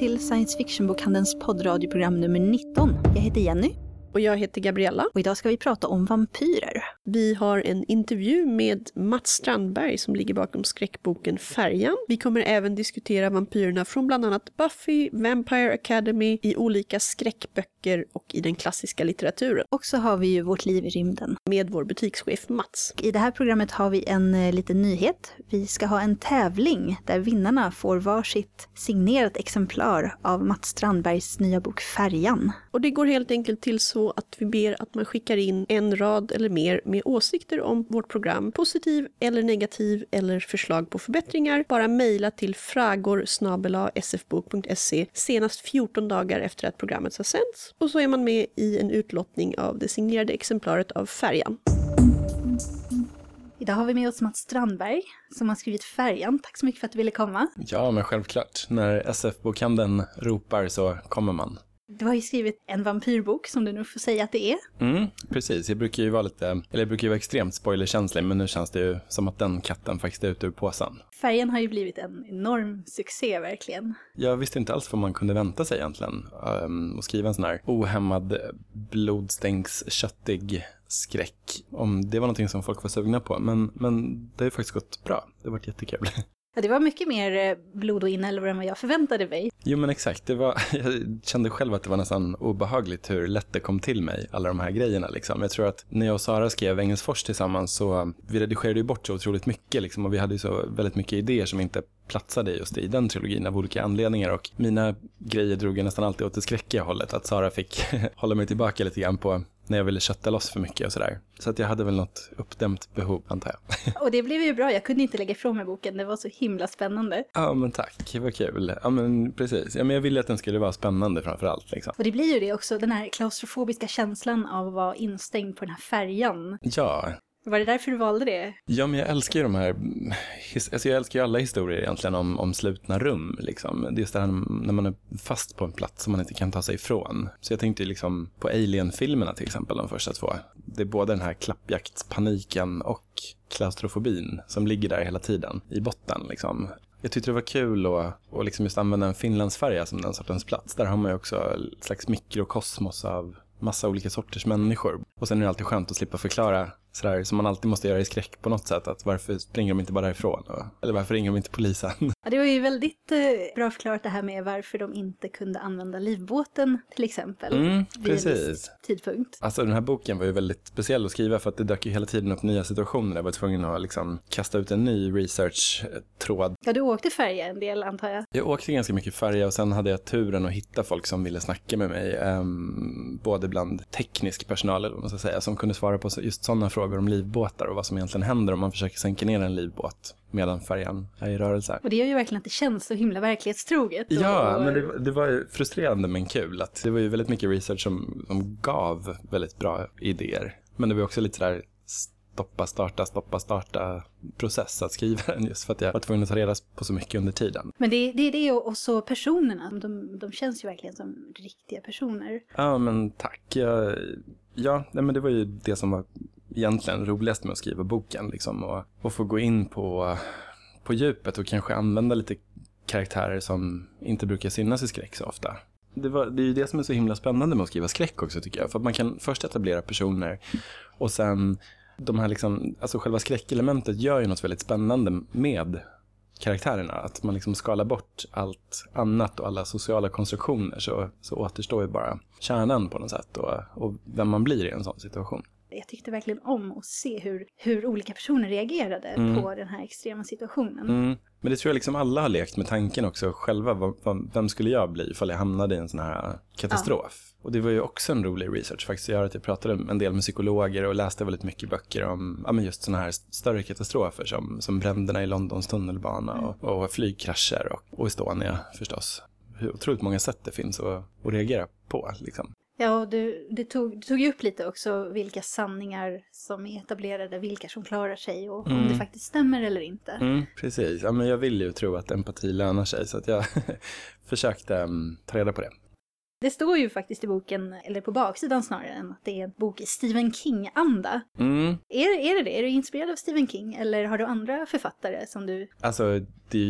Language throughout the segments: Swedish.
till Science Fiction-bokhandelns poddradioprogram nummer 19. Jag heter Jenny. Och jag heter Gabriella. Och idag ska vi prata om vampyrer. Vi har en intervju med Mats Strandberg som ligger bakom skräckboken Färjan. Vi kommer även diskutera vampyrerna från bland annat Buffy, Vampire Academy, i olika skräckböcker och i den klassiska litteraturen. Och så har vi ju Vårt liv i rymden. Med vår butikschef Mats. I det här programmet har vi en liten nyhet. Vi ska ha en tävling där vinnarna får varsitt signerat exemplar av Mats Strandbergs nya bok Färjan. Och det går helt enkelt till så att vi ber att man skickar in en rad eller mer med åsikter om vårt program, positiv eller negativ, eller förslag på förbättringar. Bara mejla till fragor@sfbok.se senast 14 dagar efter att programmet har sänds. Och så är man med i en utlottning av det signerade exemplaret av Färjan. Idag har vi med oss Mats Strandberg som har skrivit Färjan. Tack så mycket för att du ville komma. Ja, men självklart. När SF-bokhandeln ropar så kommer man. Du har ju skrivit en vampyrbok som du nu får säga att det är. Precis. Jag brukar ju vara extremt spoilerkänslig, men nu känns det ju som att den katten faktiskt är ute ur påsen. Färjan har ju blivit en enorm succé verkligen. Jag visste inte alls vad man kunde vänta sig egentligen. Och skriva en sån här ohämmad, blodstänksköttig skräck. Om det var någonting som folk var sugna på. Men det har ju faktiskt gått bra. Det har varit jättekul. Ja, det var mycket mer blod och inälvor än vad jag förväntade mig. Jo, men exakt. Jag kände själv att det var nästan obehagligt hur lätt det kom till mig, alla de här grejerna. Liksom. Jag tror att när jag och Sara skrev Engelsfors tillsammans så vi redigerade ju bort så otroligt mycket. Liksom, och vi hade ju så väldigt mycket idéer som inte platsade just i den trilogin av olika anledningar. Och mina grejer drog jag nästan alltid åt det skräckiga hållet. Att Sara fick hålla mig tillbaka lite grann på när jag ville kötta loss för mycket och sådär. Så att jag hade väl något uppdämt behov, antar jag. Och det blev ju bra. Jag kunde inte lägga ifrån mig boken. Det var så himla spännande. Ja, men tack. Vad kul. Ja, men precis. Ja, men jag ville att den skulle vara spännande framförallt. Liksom. Och det blir ju det också. Den här klaustrofobiska känslan av att vara instängd på den här färjan. Ja. Var det därför du valde det? Ja, men jag älskar ju de här... Alltså jag älskar ju alla historier egentligen om slutna rum. Liksom. Det är just det här när man är fast på en plats som man inte kan ta sig ifrån. Så jag tänkte liksom på Alien-filmerna till exempel, de första två. Det är både den här klappjaktspaniken och klaustrofobin som ligger där hela tiden i botten. Liksom. Jag tyckte det var kul att liksom just använda en Finlandsfärja som den sortens plats. Där har man ju också ett slags mikrokosmos av massa olika sorters människor. Och sen är det alltid skönt att slippa förklara sådär som man alltid måste göra i skräck på något sätt. Att varför springer de inte bara därifrån? Eller varför ringer de inte polisen? Ja, det var ju väldigt bra förklarat det här med varför de inte kunde använda livbåten till exempel. Precis. Tidpunkt. Alltså den här boken var ju väldigt speciell att skriva för att det dök ju hela tiden upp nya situationer. Jag var tvungen att liksom kasta ut en ny research-tråd. Ja, du åkte färja en del antar jag. Jag åkte ganska mycket färja och sen hade jag turen att hitta folk som ville snacka med mig. Både bland teknisk personal eller vad man ska säga, som kunde svara på just sådana frågor om livbåtar och vad som egentligen händer om man försöker sänka ner en livbåt medan färjan är i rörelse. Och det gör ju verkligen att det känns så himla verklighetstroget. Ja, men det var ju frustrerande men kul. Att det var ju väldigt mycket research som gav väldigt bra idéer. Men det var också lite där stoppa, process att skriva den just för att jag var tvungen att ta reda på så mycket under tiden. Men det är det och så personerna, de känns ju verkligen som riktiga personer. Ja, men tack. Men det var ju det som var egentligen roligast med att skriva boken liksom, och få gå in på djupet och kanske använda lite karaktärer som inte brukar synas i skräck så ofta. Det är ju det som är så himla spännande med att skriva skräck också tycker jag, för att man kan först etablera personer och sen de här liksom, alltså själva skräckelementet gör ju något väldigt spännande med karaktärerna, att man liksom skalar bort allt annat och alla sociala konstruktioner så återstår ju bara kärnan på något sätt och vem man blir i en sån situation. Jag tyckte verkligen om att se hur olika personer reagerade på den här extrema situationen. Men det tror jag liksom alla har lekt med tanken också själva. Vem skulle jag bli ifall jag hamnade i en sån här katastrof? Ja. Och det var ju också en rolig research faktiskt. Jag pratade en del med psykologer och läste väldigt mycket böcker om just såna här större katastrofer som bränderna i Londons tunnelbana och flygkrascher och Estonia förstås. Hur otroligt många sätt det finns att reagera på liksom. Ja, och du tog ju upp lite också vilka sanningar som är etablerade, vilka som klarar sig och om det faktiskt stämmer eller inte. Precis, ja, men jag vill ju tro att empati lönar sig så att jag försökte ta reda på det. Det står ju faktiskt i boken, eller på baksidan snarare, än att det är en bok i Stephen King-anda. Är det det? Är du inspirerad av Stephen King eller har du andra författare som du... Alltså det är ju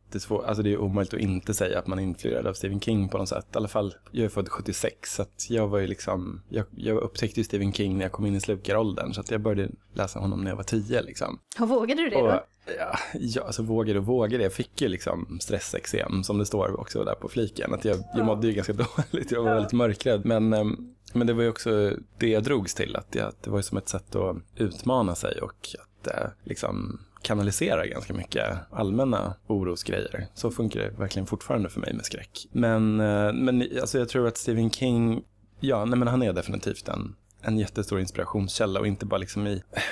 jättesvårt, alltså det är omöjligt att inte säga att man är influerad av Stephen King på något sätt. I alla fall, jag är född 76 så att jag var ju liksom, jag upptäckte ju Stephen King när jag kom in i slukaråldern, så att jag började läsa honom när jag var 10 liksom. Och vågade du det då? Ja, alltså vågade. Jag fick ju liksom stressexem som det står också där på fliken. Att jag mådde ju ganska dåligt, jag var väldigt mörkrädd. Men det var ju också det jag drogs till. Att det var ju som ett sätt att utmana sig och att liksom kanalisera ganska mycket allmänna orosgrejer. Så funkar det verkligen fortfarande för mig med skräck. Men alltså jag tror att Stephen King, men han är definitivt en jättestor inspirationskälla, och inte bara liksom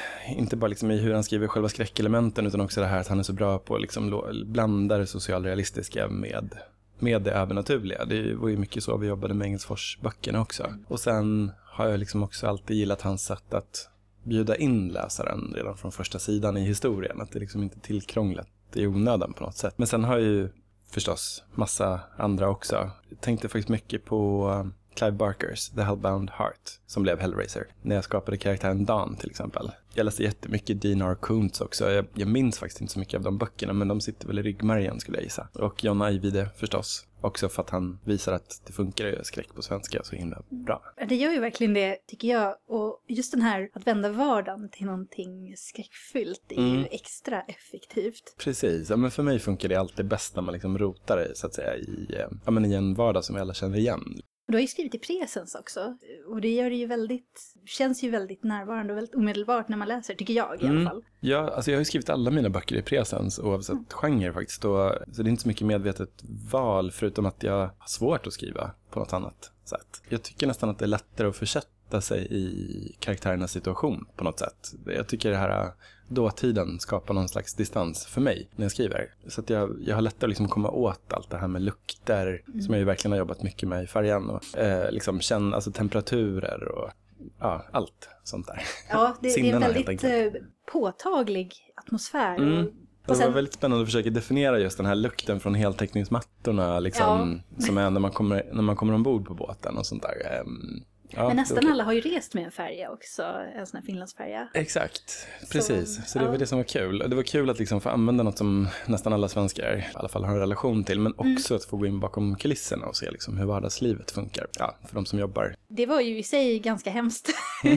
i hur han skriver själva skräckelementen, utan också det här att han är så bra på att liksom blanda det socialrealistiska med det övernaturliga. Det var ju mycket så vi jobbade med Engelsfors-böckerna också. Och sen har jag liksom också alltid gillat hans sätt att bjuda in läsaren redan från första sidan i historien. Att det liksom inte är tillkrånglat i onödan på något sätt. Men sen har jag ju förstås massa andra också. Jag tänkte faktiskt mycket på Clive Barkers The Hellbound Heart, som blev Hellraiser, när jag skapade karaktären Dawn till exempel. Jag läste jättemycket D.N.R. Kuntz också. Jag minns faktiskt inte så mycket av de böckerna, men de sitter väl i ryggmärgen skulle jag gissa. Och John Ajvide förstås, också för att han visar att det funkar att skräck på svenska så himla bra. Det gör ju verkligen det, tycker jag. Och just den här att vända vardagen till någonting skräckfyllt är ju extra effektivt. Precis, men för mig funkar det alltid bäst när man liksom rotar det så att säga i en vardag som vi alla känner igen. Du har ju skrivit i presens också, och det gör det ju känns ju väldigt närvarande och väldigt omedelbart när man läser, tycker jag i alla fall. Ja, alltså jag har ju skrivit alla mina böcker i presens oavsett genre faktiskt, så det är inte så mycket medvetet val, förutom att jag har svårt att skriva på något annat sätt. Jag tycker nästan att det är lättare att försätta sig i karaktärernas situation på något sätt. Jag tycker det här dåtiden skapar någon slags distans för mig när jag skriver. Så att jag har lättare att liksom komma åt allt det här med lukter som jag ju verkligen har jobbat mycket med i Färjan. Och liksom känna alltså temperaturer och allt sånt där. Ja, det är en väldigt påtaglig atmosfär. Det var väldigt spännande att försöka definiera just den här lukten från heltäckningsmattorna liksom, som är när man kommer ombord på båten och sånt där. Men nästan alla har ju rest med en färja också, en sån här Finlandsfärja. Exakt, precis. Så det var det som var kul. Det var kul att liksom få använda något som nästan alla svenskar i alla fall har en relation till, men också att få gå in bakom kulisserna och se liksom hur vardagslivet funkar för de som jobbar. Det var ju i sig ganska hemskt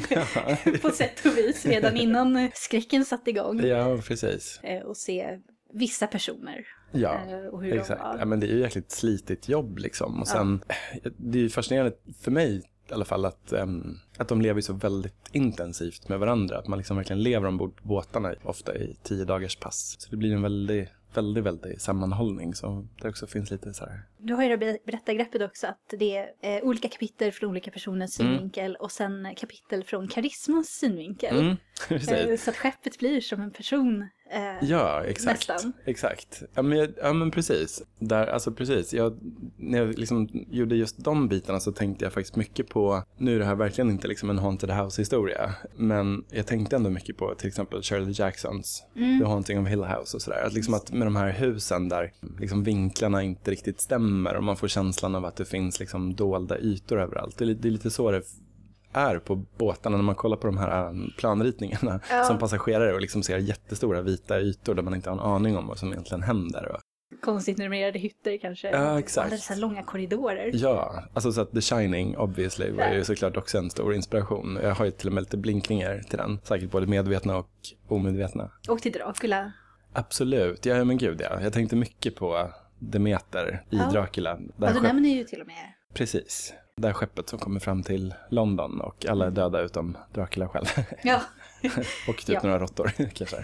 på sätt och vis redan innan skräcken satt igång. Ja, precis. Och se vissa personer. Ja, och hur exakt. Ja, men det är ju jäkligt slitigt jobb liksom. Och sen, det är ju fascinerande för mig i alla fall att de lever så väldigt intensivt med varandra. Att man liksom verkligen lever ombord på båtarna ofta i 10 dagars pass. Så det blir en väldigt sammanhållning. Så det också finns lite så här. Du har ju det berättargreppet också, att det är olika kapitel från olika personers synvinkel och sen kapitel från karismas synvinkel. Så att skeppet blir som en person. Ja, exakt. Nästan. Exakt. Ja, men precis. Precis. När jag liksom gjorde just de bitarna så tänkte jag faktiskt mycket på, nu är det här verkligen inte liksom en Haunted House-historia, men jag tänkte ändå mycket på till exempel Shirley Jacksons The Haunting of Hill House och sådär. Att med de här husen där liksom vinklarna inte riktigt stämmer och man får känslan av att det finns liksom dolda ytor överallt. Det är lite så det är på båtarna när man kollar på de här planritningarna som passagerare och liksom ser jättestora vita ytor där man inte har en aning om vad som egentligen händer. Konstigt numrerade hytter kanske. Ja, exakt. Alla dessa långa korridorer. Ja, alltså så att The Shining obviously var ju såklart också en stor inspiration. Jag har ju till och med lite blinkningar till den. Säkert både medvetna och omedvetna. Och till Dracula. Absolut, ja men gud ja. Jag tänkte mycket på Demeter i Dracula. Du nämner ju till och med. Precis. Det här skeppet som kommer fram till London och alla är döda utom Dracula själv. Ja. Och typ några råttor kanske.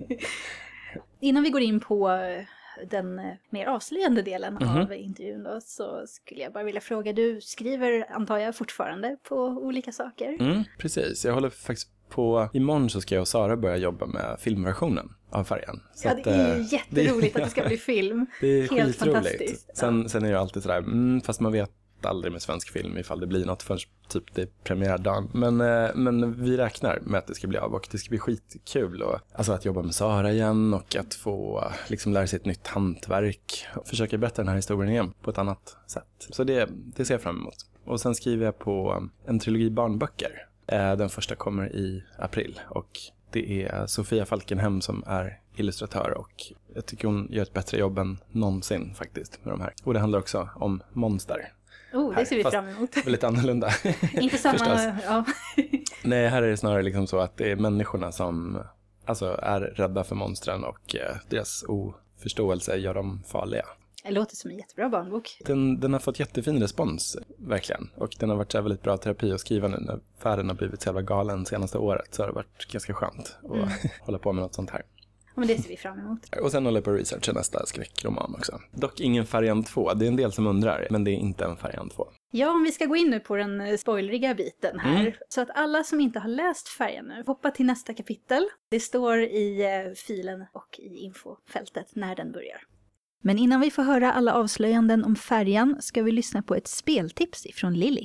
Innan vi går in på den mer avslöjande delen av intervjun då, så skulle jag bara vilja fråga, du skriver, antar jag, fortfarande på olika saker? Precis, jag håller faktiskt på, imorgon så ska jag och Sara börja jobba med filmversionen av Färjan. Så det är ju jätteroligt att det ska bli film. Det är helt fantastiskt. Sen är det ju alltid sådär, fast man vet aldrig med svensk film ifall det blir något förrän typ det är premiärdagen. Men vi räknar med att det ska bli av och det ska bli skitkul. Och, alltså att jobba med Sara igen och att få liksom lära sig ett nytt hantverk och försöka berätta den här historien igen på ett annat sätt. Så det ser jag fram emot. Och sen skriver jag på en trilogi barnböcker. Den första kommer i april och Det är Sofia Falkenhem som är illustratör och jag tycker hon gör ett bättre jobb än någonsin faktiskt med de här. Och det handlar också om monster. Det ser vi fram emot. Väldigt annorlunda. Inte samma, ja. Nej, här är det snarare liksom så att det är människorna som alltså, är rädda för monstren och deras oförståelse gör dem farliga. Det låter som en jättebra barnbok. Den har fått jättefin respons, verkligen. Och den har varit så väldigt bra terapi att skriva nu när världen har blivit så jävla galen senaste året. Så har det varit ganska skönt att hålla på med något sånt här. Ja, men det ser vi fram emot. Och sen håller jag på att researcha nästa skräckroman också. Dock ingen Färjan 2. Det är en del som undrar, men det är inte en Färjan 2. Ja, om vi ska gå in nu på den spoileriga biten här. Så att alla som inte har läst Färjan nu, hoppa till nästa kapitel. Det står i filen och i infofältet när den börjar. Men innan vi får höra alla avslöjanden om Färjan ska vi lyssna på ett speltips ifrån Lily.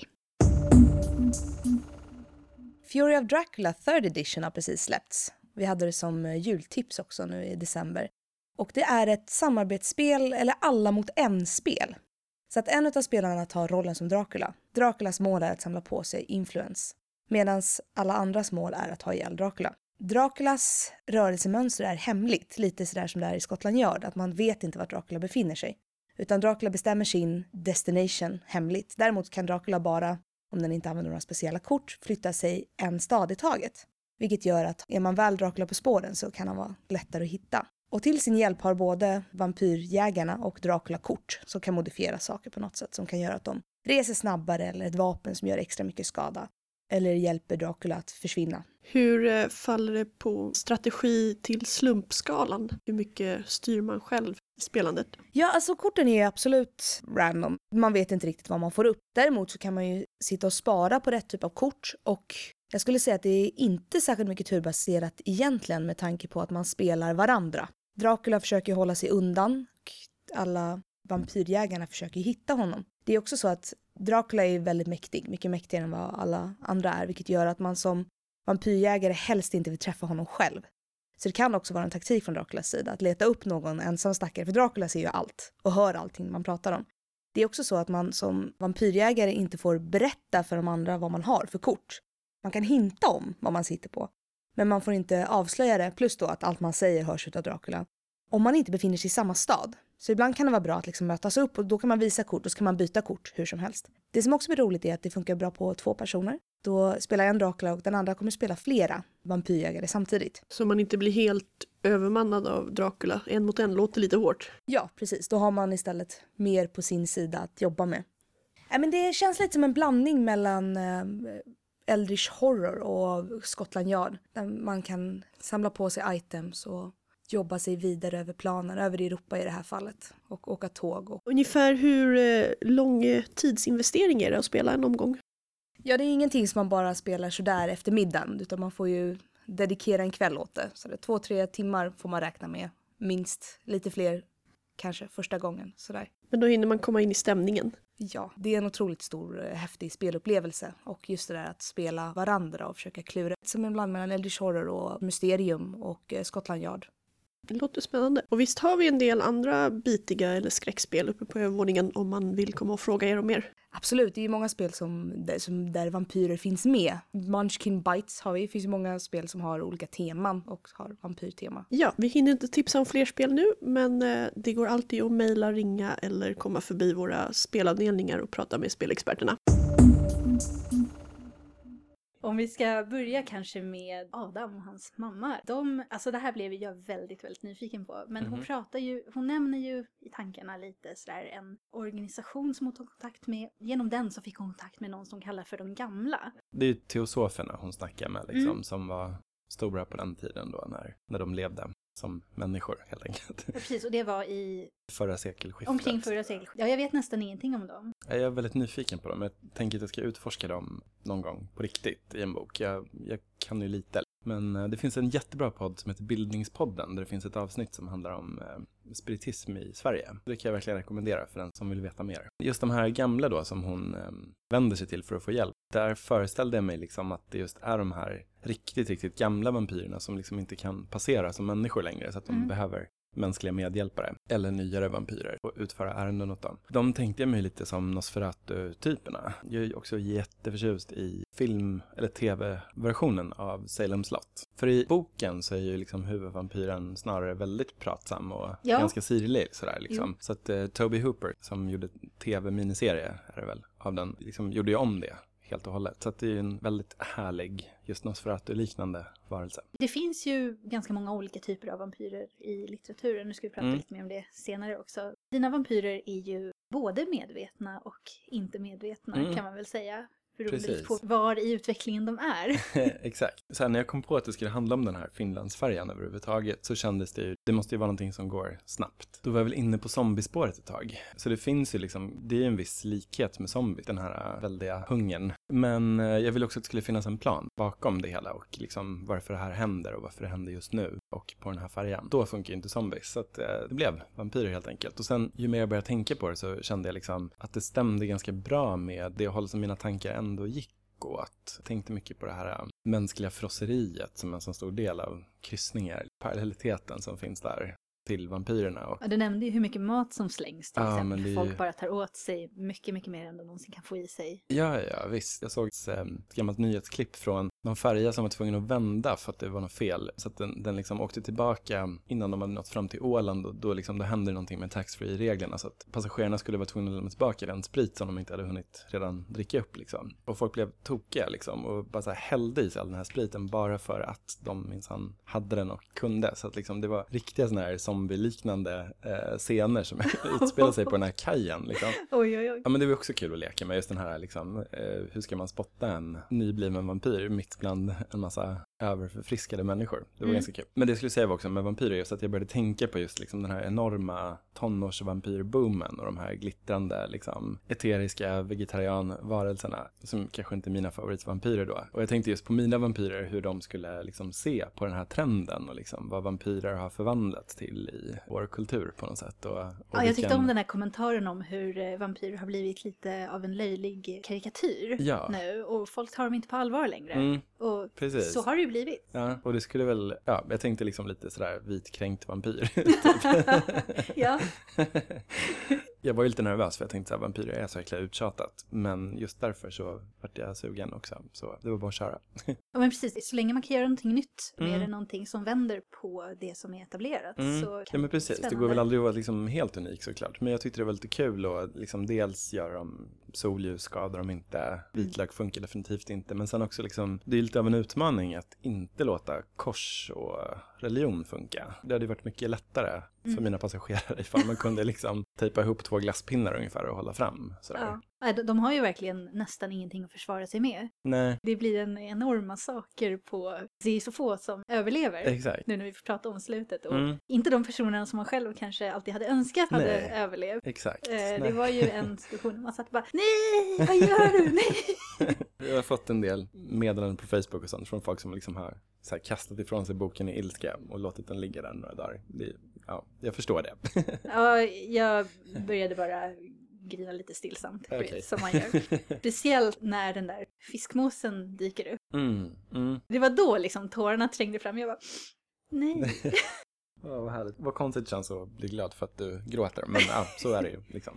Fury of Dracula 3rd edition har precis släppts. Vi hade det som jultips också nu i december. Och det är ett samarbetsspel eller alla mot en-spel. Så att en av spelarna tar rollen som Dracula. Draculas mål är att samla på sig influens. Medan alla andras mål är att ha ihjäl Dracula. Draculas rörelsemönster är hemligt, lite sådär som det är i Scotland Yard, att man vet inte vart Dracula befinner sig. Utan Dracula bestämmer sin destination hemligt. Däremot kan Dracula bara, om den inte använder några speciella kort, flytta sig en stad i taget. Vilket gör att är man väl Dracula på spåren så kan han vara lättare att hitta. Och till sin hjälp har både vampyrjägarna och Dracula kort som kan modifiera saker på något sätt som kan göra att de reser snabbare eller ett vapen som gör extra mycket skada. Eller hjälper Dracula att försvinna. Hur faller det på strategi till slumpskalan? Hur mycket styr man själv i spelandet? Ja, alltså korten är absolut random. Man vet inte riktigt vad man får upp. Däremot så kan man ju sitta och spara på rätt typ av kort. Och jag skulle säga att det är inte särskilt mycket turbaserat egentligen med tanke på att man spelar varandra. Dracula försöker hålla sig undan och alla vampyrjägarna försöker hitta honom. Det är också så att Dracula är väldigt mäktig, mycket mäktigare än vad alla andra är, vilket gör att man som vampyrjägare helst inte vill träffa honom själv. Så det kan också vara en taktik från Draculas sida att leta upp någon ensam stackare, för Dracula ser ju allt och hör allting man pratar om. Det är också så att man som vampyrjägare inte får berätta för de andra vad man har för kort. Man kan hinta om vad man sitter på, men man får inte avslöja det, plus då att allt man säger hörs av Dracula. Om man inte befinner sig i samma stad. Så ibland kan det vara bra att liksom mötas upp och då kan man visa kort och så kan man byta kort hur som helst. Det som också är roligt är att det funkar bra på 2 personer. Då spelar en Dracula och den andra kommer spela flera vampyrjägare samtidigt. Så man inte blir helt övermannad av Dracula. 1 mot 1 låter lite hårt. Ja, precis. Då har man istället mer på sin sida att jobba med. Men det känns lite som en blandning mellan Eldritch Horror och Scotland Yard. Där man kan samla på sig items och jobba sig vidare över planen, över Europa i det här fallet. Och åka tåg. Ungefär hur lång tidsinvestering är det att spela en omgång? Ja, det är ingenting som man bara spelar så där efter middagen. Utan man får ju dedikera en kväll åt det. Så det 2-3 timmar får man räkna med. Minst, lite fler kanske första gången. Sådär. Men då hinner man komma in i stämningen. Ja, det är en otroligt stor, häftig spelupplevelse. Och just det där att spela varandra och försöka klura. Som en bland mellan Eldritch Horror och Mysterium och Scotland Yard. Det låter spännande. Och visst har vi en del andra bitiga eller skräckspel uppe på övervåningen om man vill komma och fråga er om mer. Absolut, det är ju många spel där vampyrer finns med. Munchkin Bites har vi. Det finns ju många spel som har olika teman och har vampyrtema. Ja, vi hinner inte tipsa om fler spel nu, men det går alltid att mejla, ringa eller komma förbi våra spelavdelningar och prata med spelexperterna. Om vi ska börja kanske med Adam och hans mamma. Alltså det här blev jag väldigt, väldigt nyfiken på. Men hon nämner ju i tankarna lite sådär en organisation som hon tog kontakt med. Genom den så fick hon kontakt med någon som kallar för de gamla. Det är ju teosoferna hon snackar med liksom, som var stora på den tiden då när de levde som människor helt enkelt. Ja, precis, och det var i förra sekelskiftet. Omkring förra sekelskiftet. Ja, jag vet nästan ingenting om dem. Jag är väldigt nyfiken på dem. Jag tänker att jag ska utforska dem någon gång på riktigt i en bok. Jag kan ju lite. Men det finns en jättebra podd som heter Bildningspodden där det finns ett avsnitt som handlar om spiritism i Sverige. Det kan jag verkligen rekommendera för den som vill veta mer. Just de här gamla då som hon vänder sig till för att få hjälp. Där föreställde jag mig liksom att det just är de här riktigt, riktigt gamla vampyrerna som liksom inte kan passera som människor längre. Så att de behöver mänskliga medhjälpare eller nyare vampyrer och utföra ärenden åt dem. De tänkte jag mig lite som Nosferatu-typerna. Jag är också jätteförtjust i film- eller tv-versionen av Salem slott. För i boken så är ju liksom huvudvampyren snarare väldigt pratsam och ganska sirlig sådär liksom. Så att Toby Hooper som gjorde tv-miniserie är det väl av den, liksom gjorde ju om det helt och hållet. Så att det är ju en väldigt härlig, just Nosferatu-liknande varelse. Det finns ju ganska många olika typer av vampyrer i litteraturen. Nu ska vi prata lite mer om det senare också. Dina vampyrer är ju både medvetna och inte medvetna kan man väl säga. Beroende på var i utvecklingen de är. Exakt. Så här, när jag kom på att det skulle handla om den här Finlandsfärjan överhuvudtaget så kändes det ju, det måste ju vara någonting som går snabbt. Då var jag väl inne på zombiespåret ett tag. Så det finns ju liksom, det är en viss likhet med zombies, den här väldiga hungern. Men jag vill också att det skulle finnas en plan bakom det hela och liksom varför det här händer och varför det händer just nu och på den här färjan. Då funkar ju inte zombies, så att det blev vampyrer helt enkelt. Och sen ju mer jag började tänka på det så kände jag liksom att det stämde ganska bra med det håll som mina tankar ändå gick åt. Jag tänkte mycket på det här mänskliga frosseriet som en så stor del av kryssningar, parallelliteten som finns där till vampyrerna. Och... Ja, du nämnde ju hur mycket mat som slängs till exempel. Men Folk bara tar åt sig mycket, mycket mer än de någonsin kan få i sig. Ja, visst. Jag såg ett gammalt nyhetsklipp från någon färja som var tvungen att vända för att det var något fel. Så att den liksom åkte tillbaka innan de hade nått fram till Åland och då hände någonting med tax-free-reglerna så att passagerarna skulle vara tvungna att lämna tillbaka den sprit som de inte hade hunnit redan dricka upp liksom. Och folk blev tokiga liksom och bara så här hällde i sig all den här spriten bara för att de minsann hade den och kunde. Så att liksom det var riktiga såna här zombie-liknande scener som utspelar sig på den här kajen liksom. Oj. Ja, men det var också kul att leka med just den här liksom, hur ska man spotta en nybliven vampyr mitt bland en massa överförfriskade människor. Det var ganska kul. Men det jag skulle säga var också med vampyrer just att jag började tänka på just liksom den här enorma tonårsvampyrboomen och de här glittrande liksom eteriska vegetarianvarelserna som kanske inte är mina favoritvampyrer då. Och jag tänkte just på mina vampyrer hur de skulle liksom se på den här trenden och liksom vad vampyrer har förvandlats till i vår kultur på något sätt. Och jag tyckte om den här kommentaren om hur vampyrer har blivit lite av en löjlig karikatyr nu och folk tar dem inte på allvar längre. Och precis. Så har det ju blivit. Ja, och det skulle väl, jag tänkte liksom lite sådär vitkränkt vampyr. Ja. Jag var ju lite nervös för jag tänkte att vampyrer är så jäkla uttjatat. Men just därför så vart jag sugen också. Så det var bara att köra. Ja, men precis. Så länge man kan göra någonting nytt med någonting som vänder på det som är etablerat så kan ja, men precis. Det går väl aldrig att vara liksom helt unik såklart. Men jag tyckte det var lite kul att liksom dels göra dem solljus, skadar dem inte. Vitlök funkar definitivt inte. Men sen också liksom, det är lite av en utmaning att inte låta kors och religion funka. Det hade varit mycket lättare för mina passagerare ifall man kunde liksom tejpa ihop 2 glasspinnar ungefär och hålla fram. Sådär. Ja, de har ju verkligen nästan ingenting att försvara sig med. Nej. Det blir en enorma saker på... Det är så få som överlever. Exakt. Nu när vi får prata om slutet. Och inte de personerna som man själv kanske alltid hade önskat hade överlevt. Exakt. Det var ju en situation där man satt bara, nej, vad gör du? Nej. Jag har fått en del meddelanden på Facebook och sånt från folk som liksom har så här kastat ifrån sig boken i ilska och låtit den ligga där några dagar. Jag förstår det. Ja, jag började bara grina lite stillsamt, som man gör. Speciellt när den där fiskmåsen dyker upp. Det var då liksom tårarna trängde fram. Jag bara, nej. Vad härligt. Vad konstigt känns att bli glad för att du gråter. Men så är det ju liksom.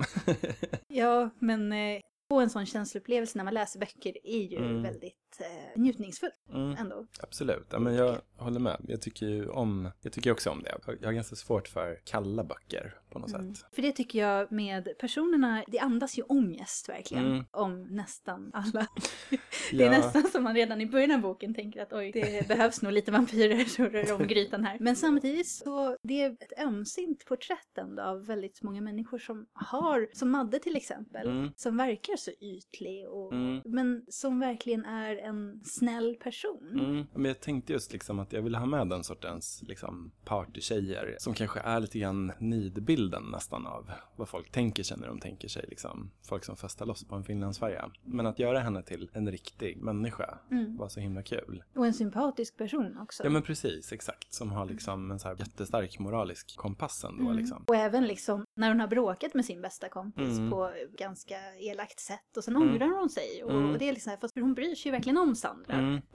Ja, men få en sån känsloupplevelse när man läser böcker är ju väldigt njutningsfullt ändå. Absolut, ja, men jag håller med. Jag tycker också om det. Jag har ganska svårt för kalla böcker på något sätt. För det tycker jag med personerna, det andas ju ångest verkligen om nästan alla. Det är nästan som man redan i början av boken tänker att oj, det behövs nog lite vampyrer så rör om grytan här. Men samtidigt så det är ett ömsint porträtt ändå av väldigt många människor som Madde till exempel, som verkar så ytlig men som verkligen är en snäll person. Men jag tänkte just liksom att jag ville ha med den sortens liksom partytjejer som kanske är lite grann nidbilden nästan av vad folk tänker sig när de tänker sig liksom folk som festar loss på en Finlandsfärja. Men att göra henne till en riktig människa var så himla kul. Och en sympatisk person också. Ja men precis, exakt. Som har liksom en så här jättestark moralisk kompass ändå liksom. Och även liksom när hon har bråkat med sin bästa kompis på ganska elakt sätt och sen ångrar hon sig och det är liksom här, fast hon bryr sig ju verkligen om Sandra och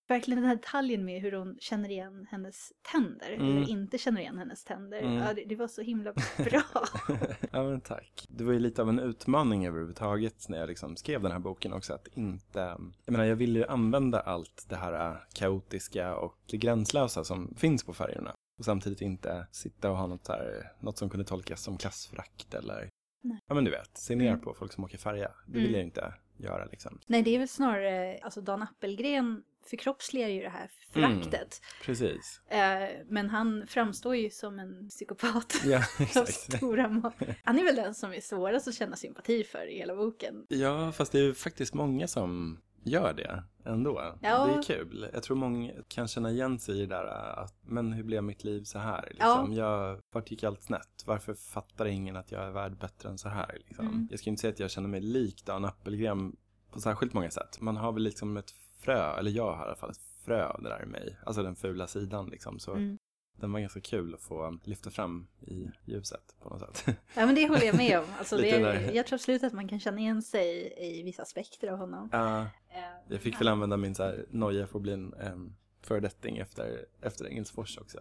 Verkligen den här detaljen med hur hon känner igen hennes tänder. Eller inte känner igen hennes tänder. Ja, det var så himla bra. Ja, men tack. Det var ju lite av en utmaning överhuvudtaget när jag liksom skrev den här boken också. Att inte... Jag menar, jag ville ju använda allt det här kaotiska och gränslösa som finns på färgerna. Och samtidigt inte sitta och ha något som kunde tolkas som klassförakt eller... Nej. Ja, men du vet, se ner på folk som åker färja. Det vill jag inte göra liksom. Nej, det är väl snarare, alltså Dan Appelgren förkroppsligar ju det här föraktet. Precis. Men han framstår ju som en psykopat. Ja, exakt. Stora han är väl den som är svårast att känna sympati för i hela boken. Ja, fast det är ju faktiskt många som gör det ändå. Ja. Det är kul. Jag tror många kan känna igen sig i det där att, men hur blev mitt liv så här? Liksom? Vart gick allt snett? Varför fattar ingen att jag är värd bättre än så här? Liksom? Jag ska inte säga att jag känner mig lik Dan Appelgren på särskilt många sätt. Man har väl liksom ett frö, eller jag har i alla fall ett frö av det där i mig. Alltså den fula sidan liksom. Så den var ganska kul att få lyfta fram i ljuset på något sätt. Ja, men det håller jag med om. Alltså, jag tror absolut att man kan känna igen sig i vissa aspekter av honom. Jag fick väl använda min så här noja för att bli en föredetting efter Engelsfors också.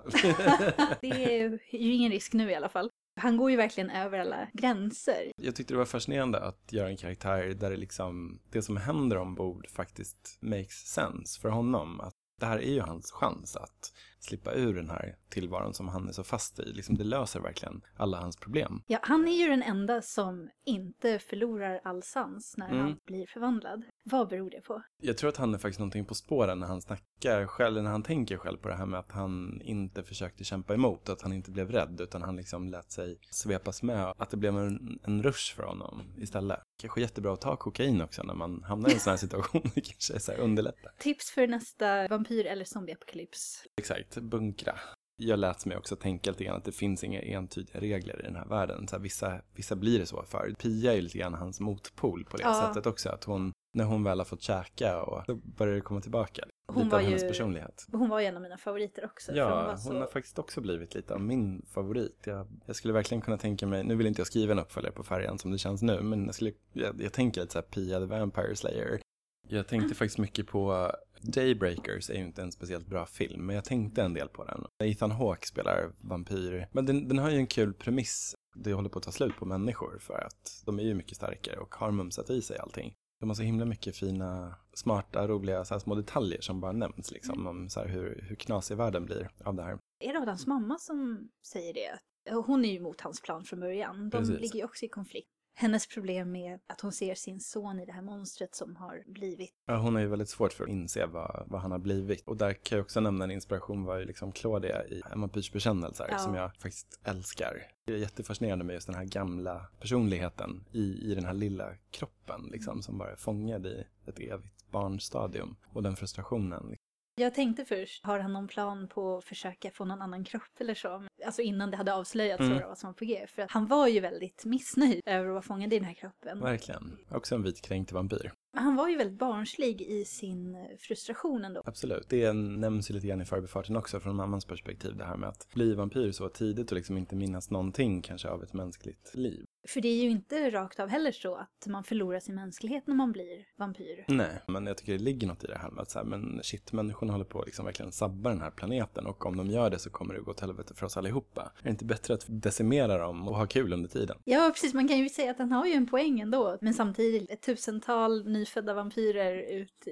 Det är ju ingen risk nu i alla fall. Han går ju verkligen över alla gränser. Jag tyckte det var fascinerande att göra en karaktär där det som händer ombord faktiskt makes sense för honom. Att det här är ju hans chans att slippa ur den här tillvaron som han är så fast i. Liksom det löser verkligen alla hans problem. Ja, han är ju den enda som inte förlorar all sans när han blir förvandlad. Vad beror det på? Jag tror att han är faktiskt någonting på spåren när han snackar själv, när han tänker själv på det här med att han inte försökte kämpa emot, att han inte blev rädd utan han liksom lät sig svepas med. Att det blev en rush för honom istället. Kanske jättebra att ta kokain också när man hamnar i en sån här situation. Det kanske är så här underlätta. Tips för nästa vampyr- eller zombieapokalyps. Exakt, bunkra. Jag lät mig också tänka lite grann att det finns inga entydiga regler i den här världen. Så här, vissa blir det så för. Pia är ju lite grann hans motpol på det sättet också. Att när hon väl har fått käka och så börjar det komma tillbaka. Lite av hennes personlighet. Hon var ju en av mina favoriter också. Ja, hon har faktiskt också blivit lite av min favorit. Jag skulle verkligen kunna tänka mig, nu vill inte jag skriva en uppföljare på Färjan som det känns nu. Men jag tänker lite så här Pia the Vampire Slayer. Jag tänkte faktiskt mycket på Daybreakers är ju inte en speciellt bra film, men jag tänkte en del på den. Ethan Hawke spelar vampyr, men den har ju en kul premiss. Det håller på att ta slut på människor för att de är ju mycket starkare och har mumsat i sig allting. De har så himla mycket fina, smarta, roliga så här små detaljer som bara nämns liksom, om så här hur knasig världen blir av det här. Är det hans mamma som säger det? Hon är ju emot hans plan från början. De ligger ju också i konflikt. Hennes problem med att hon ser sin son i det här monstret som har blivit. Ja, hon har ju väldigt svårt för att inse vad han har blivit. Och där kan jag också nämna en inspiration var ju liksom Claudia i Emma Pyrs bekännelser som jag faktiskt älskar. Det är jättefascinerande med just den här gamla personligheten i den här lilla kroppen liksom, som bara är fångad i ett evigt barnstadium. Och den frustrationen. Jag tänkte först, har han någon plan på att försöka få någon annan kropp eller så? Alltså innan det hade avslöjats vad som var på G. För att han var ju väldigt missnöjd över att vara fångad i den här kroppen. Verkligen. Också en vitkränkt vampyr. Han var ju väldigt barnslig i sin frustration ändå. Absolut. Det nämns ju lite grann i förbifarten också från mammans perspektiv. Det här med att bli vampyr så tidigt och liksom inte minnas någonting kanske av ett mänskligt liv. För det är ju inte rakt av heller så att man förlorar sin mänsklighet när man blir vampyr. Nej, men jag tycker det ligger något i det här med att så här, men shit, människorna håller på att liksom verkligen sabba den här planeten och om de gör det så kommer det gå till helvete för oss allihopa. Är det inte bättre att decimera dem och ha kul under tiden? Ja, precis. Man kan ju säga att han har ju en poäng ändå. Men samtidigt ett tusental nyfödda vampyrer ut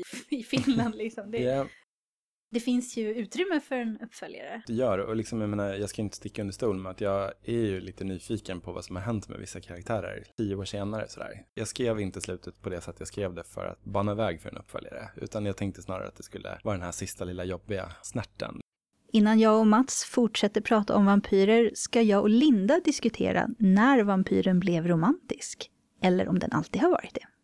i Finland liksom. Det finns ju utrymme för en uppföljare. Det gör, och liksom, jag menar, jag ska inte sticka under stol med att jag är ju lite nyfiken på vad som har hänt med vissa karaktärer 10 år senare sådär. Jag skrev inte slutet på det sätt jag skrev det för att bana väg för en uppföljare, utan jag tänkte snarare att det skulle vara den här sista lilla jobbiga snärten. Innan jag och Mats fortsätter prata om vampyrer ska jag och Linda diskutera när vampyren blev romantisk. Eller om den alltid har varit det.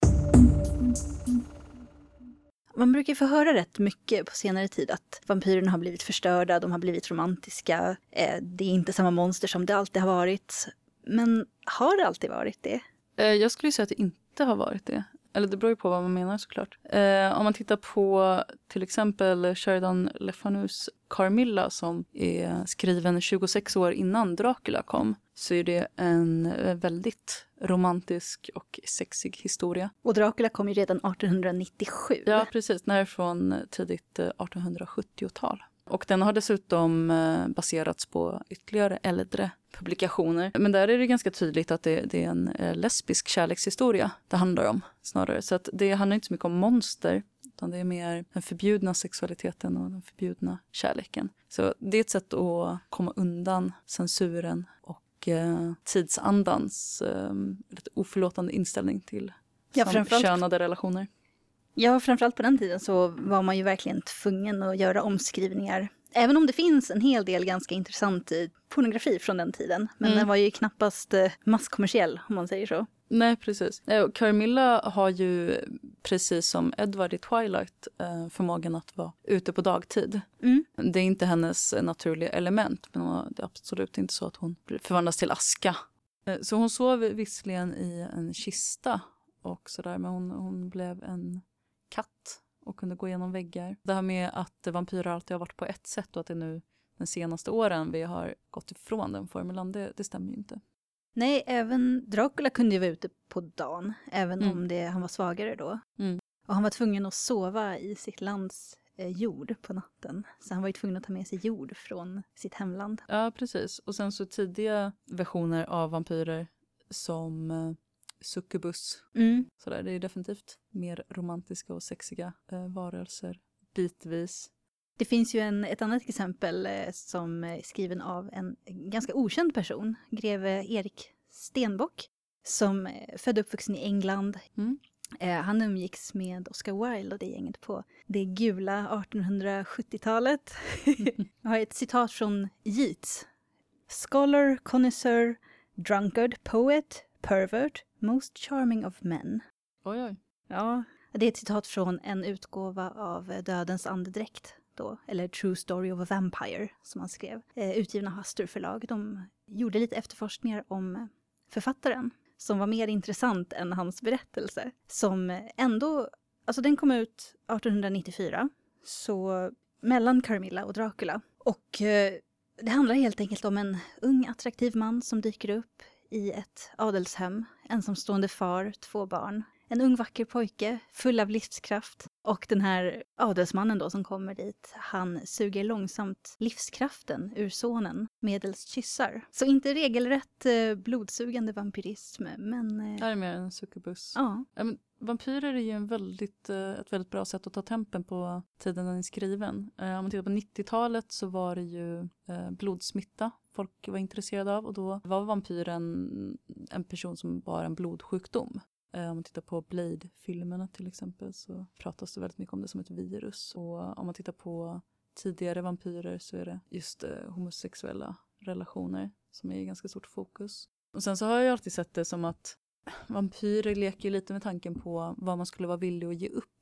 Man brukar få höra rätt mycket på senare tid att vampyrerna har blivit förstörda, de har blivit romantiska. Det är inte samma monster som det alltid har varit. Men har det alltid varit det? Jag skulle säga att det inte har varit det. Eller det beror ju på vad man menar såklart. Om man tittar på till exempel Sheridan Le Fanus Carmilla som är skriven 26 år innan Dracula kom. Så är det en väldigt romantisk och sexig historia. Och Dracula kom ju redan 1897. Ja, precis. Den är från tidigt 1870-tal. Och den har dessutom baserats på ytterligare äldre publikationer. Men där är det ganska tydligt att det är en lesbisk kärlekshistoria det handlar om snarare. Så att det handlar inte så mycket om monster, utan det är mer den förbjudna sexualiteten och den förbjudna kärleken. Så det är ett sätt att komma undan censuren och tidsandans lite oförlåtande inställning till samkönade relationer. Ja, framförallt på den tiden så var man ju verkligen tvungen att göra omskrivningar. Även om det finns en hel del ganska intressant pornografi från den tiden. Men den var ju knappast masskommersiell, om man säger så. Nej, precis. Carmilla har ju, precis som Edward i Twilight, förmågan att vara ute på dagtid. Det är inte hennes naturliga element, men det är absolut inte så att hon förvandlas till aska. Så hon sov visserligen i en kista och sådär, men hon blev en katt och kunde gå igenom väggar. Det här med att vampyrer alltid har varit på ett sätt och att det nu de senaste åren vi har gått ifrån den formulan, det stämmer ju inte. Nej, även Dracula kunde ju vara ute på dagen, även om han var svagare då. Och han var tvungen att sova i sitt lands jord på natten. Så han var ju tvungen att ta med sig jord från sitt hemland. Ja, precis. Och sen så tidiga versioner av vampyrer som succubus. Sådär, det är definitivt mer romantiska och sexiga varelser bitvis. Det finns ju ett annat exempel som är skriven av en ganska okänd person, greve Erik Stenbock, som född och uppvuxen i England. Han umgicks med Oscar Wilde och det gänget på det gula 1870-talet. Jag har ett citat från Yeats. Scholar, connoisseur, drunkard, poet, pervert, most charming of men. Oj. Ja, det är ett citat från en utgåva av Dödens andedräkt då, eller True Story of a Vampire som han skrev. Utgivna Hastur förlag. De gjorde lite efterforskningar om författaren som var mer intressant än hans berättelse. Som ändå, alltså den kom ut 1894, så mellan Carmilla och Dracula. Och det handlar helt enkelt om en ung attraktiv man som dyker upp i ett adelshem, ensamstående far, 2 barn. En ung vacker pojke, full av livskraft. Och den här adelsmannen då som kommer dit, han suger långsamt livskraften ur sonen medelst kyssar. Så inte regelrätt blodsugande vampyrism, men... Det här är mer en succubus. Ja. Men vampyrer är ju ett väldigt bra sätt att ta tempen på tiden den är skriven. Om man tittar på 90-talet så var det ju blodsmitta folk var intresserade av. Och då var vampyren en person som bar en blodsjukdom. Om man tittar på Blade-filmerna till exempel så pratas det väldigt mycket om det som ett virus. Och om man tittar på tidigare vampyrer så är det just homosexuella relationer som är ganska stort fokus. Och sen så har jag alltid sett det som att vampyrer leker lite med tanken på vad man skulle vara villig att ge upp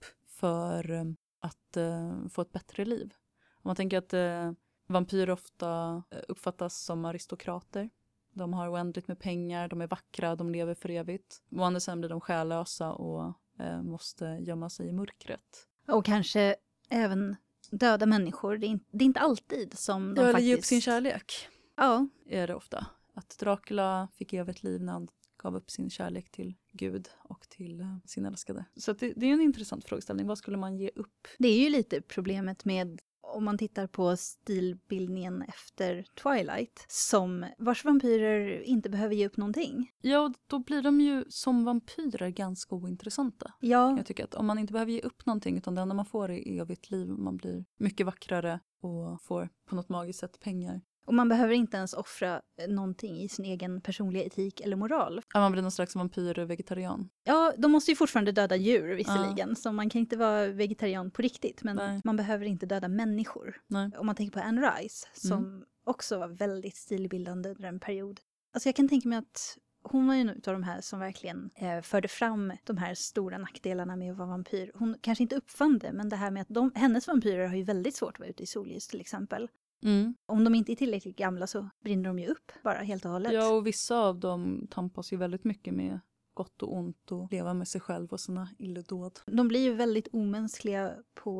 för att få ett bättre liv. Om man tänker att vampyrer ofta uppfattas som aristokrater. De har oändligt med pengar, de är vackra, de lever för evigt. Å andra sidan blir de själlösa och måste gömma sig i mörkret. Och kanske även döda människor. Det är inte alltid som de faktiskt... ge upp sin kärlek. Ja. Är det ofta. Att Dracula fick evigt liv när han gav upp sin kärlek till Gud och till sin älskade. Så att det är en intressant frågeställning. Vad skulle man ge upp? Det är ju lite problemet med... Om man tittar på stilbildningen efter Twilight, som vars vampyrer inte behöver ge upp någonting. Ja, då blir de ju som vampyrer ganska ointressanta. Ja. Jag tycker att om man inte behöver ge upp någonting utan det enda man får är evigt liv, man blir mycket vackrare och får på något magiskt sätt pengar. Och man behöver inte ens offra någonting i sin egen personliga etik eller moral. Ja, man blir någon slags vampyr och vegetarian. Ja, de måste ju fortfarande döda djur visserligen. Ja. Så man kan inte vara vegetarian på riktigt. Men man behöver inte döda människor. Nej. Om man tänker på Anne Rice, som också var väldigt stilbildande under en period. Alltså jag kan tänka mig att hon var ju en av de här som verkligen förde fram de här stora nackdelarna med att vara vampyr. Hon kanske inte uppfann det, men det här med att hennes vampyrer har ju väldigt svårt att vara ute i solljus till exempel. Om de inte är tillräckligt gamla så brinner de ju upp bara helt och hållet. Ja, och vissa av dem tampas ju väldigt mycket med gott och ont och leva med sig själv och sina illdåd. De blir ju väldigt omänskliga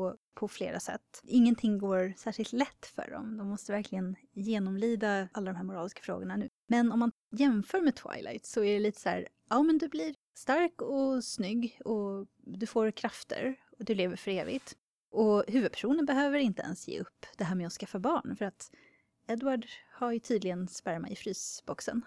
på flera sätt. Ingenting går särskilt lätt för dem. De måste verkligen genomlida alla de här moraliska frågorna nu. Men om man jämför med Twilight så är det lite så här, ja men du blir stark och snygg och du får krafter och du lever för evigt. Och huvudpersonen behöver inte ens ge upp det här med att skaffa barn för att Edward har ju tydligen sperma i frysboxen.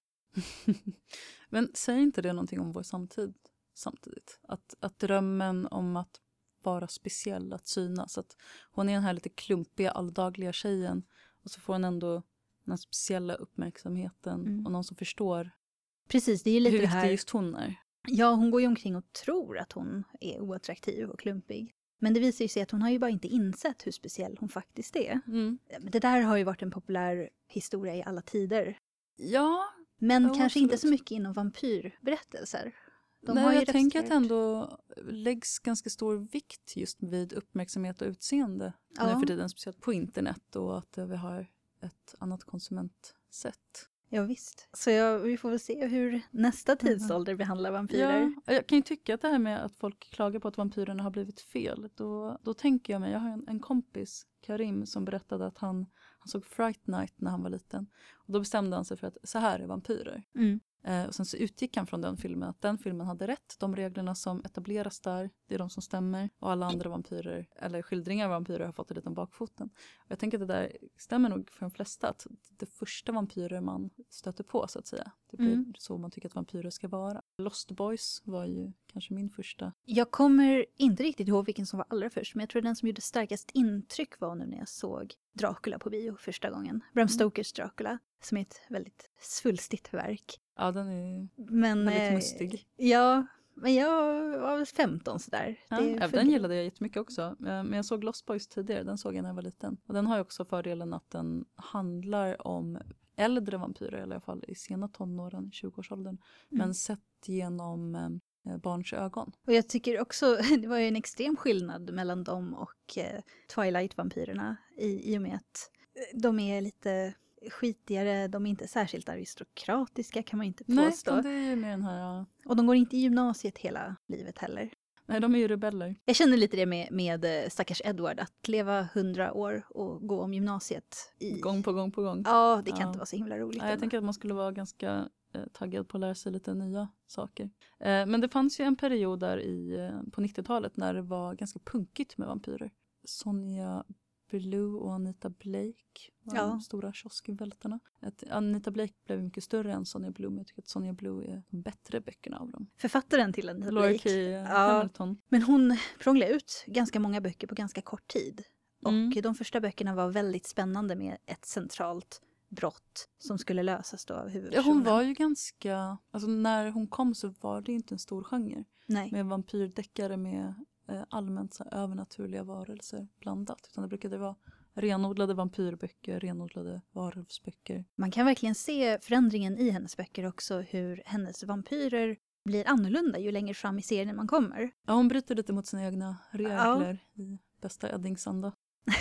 Men säger inte det någonting om vår samtid samtidigt? Att drömmen om att vara speciell, att synas. Att hon är den här lite klumpiga, alldagliga tjejen och så får hon ändå den speciella uppmärksamheten och någon som förstår Precis, det är ju lite hur det här. viktig just hon är. Ja, hon går ju omkring och tror att hon är oattraktiv och klumpig. Men det visar ju sig att hon har ju bara inte insett hur speciell hon faktiskt är. Det där har ju varit en populär historia i alla tider. Ja, Men ja, kanske absolut. inte så mycket inom vampyrberättelser. Nej, jag tänker att det ändå läggs ganska stor vikt just vid uppmärksamhet och utseende nu för tiden, speciellt på internet och att vi har ett annat konsumentsätt. Ja visst. Så vi får väl se hur nästa tidsålder behandlar vampyrer. Ja, jag kan ju tycka att det här med att folk klagar på att vampyrerna har blivit fel. Då tänker jag mig, jag har en kompis, Karim, som berättade att han såg Fright Night när han var liten. Och då bestämde han sig för att så här är vampyrer. Och sen så utgick han från den filmen att den filmen hade rätt. De reglerna som etableras där, det är de som stämmer. Och alla andra vampyrer, eller skildringar av vampyrer har fått en liten bakfoten. Och jag tänker att det där stämmer nog för de flesta. Att det första vampyrer man stöter på så att säga. Det blir så man tycker att vampyrer ska vara. Lost Boys var ju kanske min första. Jag kommer inte riktigt ihåg vilken som var allra först. Men jag tror den som gjorde starkast intryck var nu när jag såg Dracula på bio första gången. Bram Stokers Dracula. Som är ett väldigt svulstigt verk. Ja, den är väldigt mustig. Ja, men jag var väl 15 sådär. Ja, den gillade jag jättemycket också. Men jag såg Lost Boys tidigare, den såg jag när jag var liten. Och den har ju också fördelen att den handlar om äldre vampyrer, eller i alla fall i sena tonåren, 20-årsåldern. Men sett genom barns ögon. Och jag tycker också, det var ju en extrem skillnad mellan dem och Twilight-vampyrerna i och med att de är lite skitigare, de är inte särskilt aristokratiska kan man inte påstå. Nej, det är ju med den här... Och de går inte i gymnasiet hela livet heller. Nej, de är ju rebeller. Jag känner lite det med stackars Edward, att leva 100 år och gå om gymnasiet. Gång på gång på gång. Ja, det kan inte vara så himla roligt. Ja, jag tänker att man skulle vara ganska taggad på att lära sig lite nya saker. Men det fanns ju en period där på 90-talet när det var ganska punkigt med vampyrer. Sonja Blue och Anita Blake var de stora kioskvältarna. Anita Blake blev mycket större än Sonja Blue, men jag tycker att Sonja Blue är de bättre böckerna av dem. Författaren till Anita Laura Blake. Key Hamilton. Men hon prånglade ut ganska många böcker på ganska kort tid. Och de första böckerna var väldigt spännande med ett centralt brott som skulle lösas då av huvudpersonen. Ja, hon var ju ganska... Alltså när hon kom så var det inte en stor genre. Nej. Med vampyrdeckare med allmänt så övernaturliga varelser blandat. Utan det brukade vara renodlade vampyrböcker, renodlade varulvsböcker. Man kan verkligen se förändringen i hennes böcker också, hur hennes vampyrer blir annorlunda ju längre fram i serien man kommer. Ja, hon bryter lite mot sina egna regler i bästa Eddingsanda.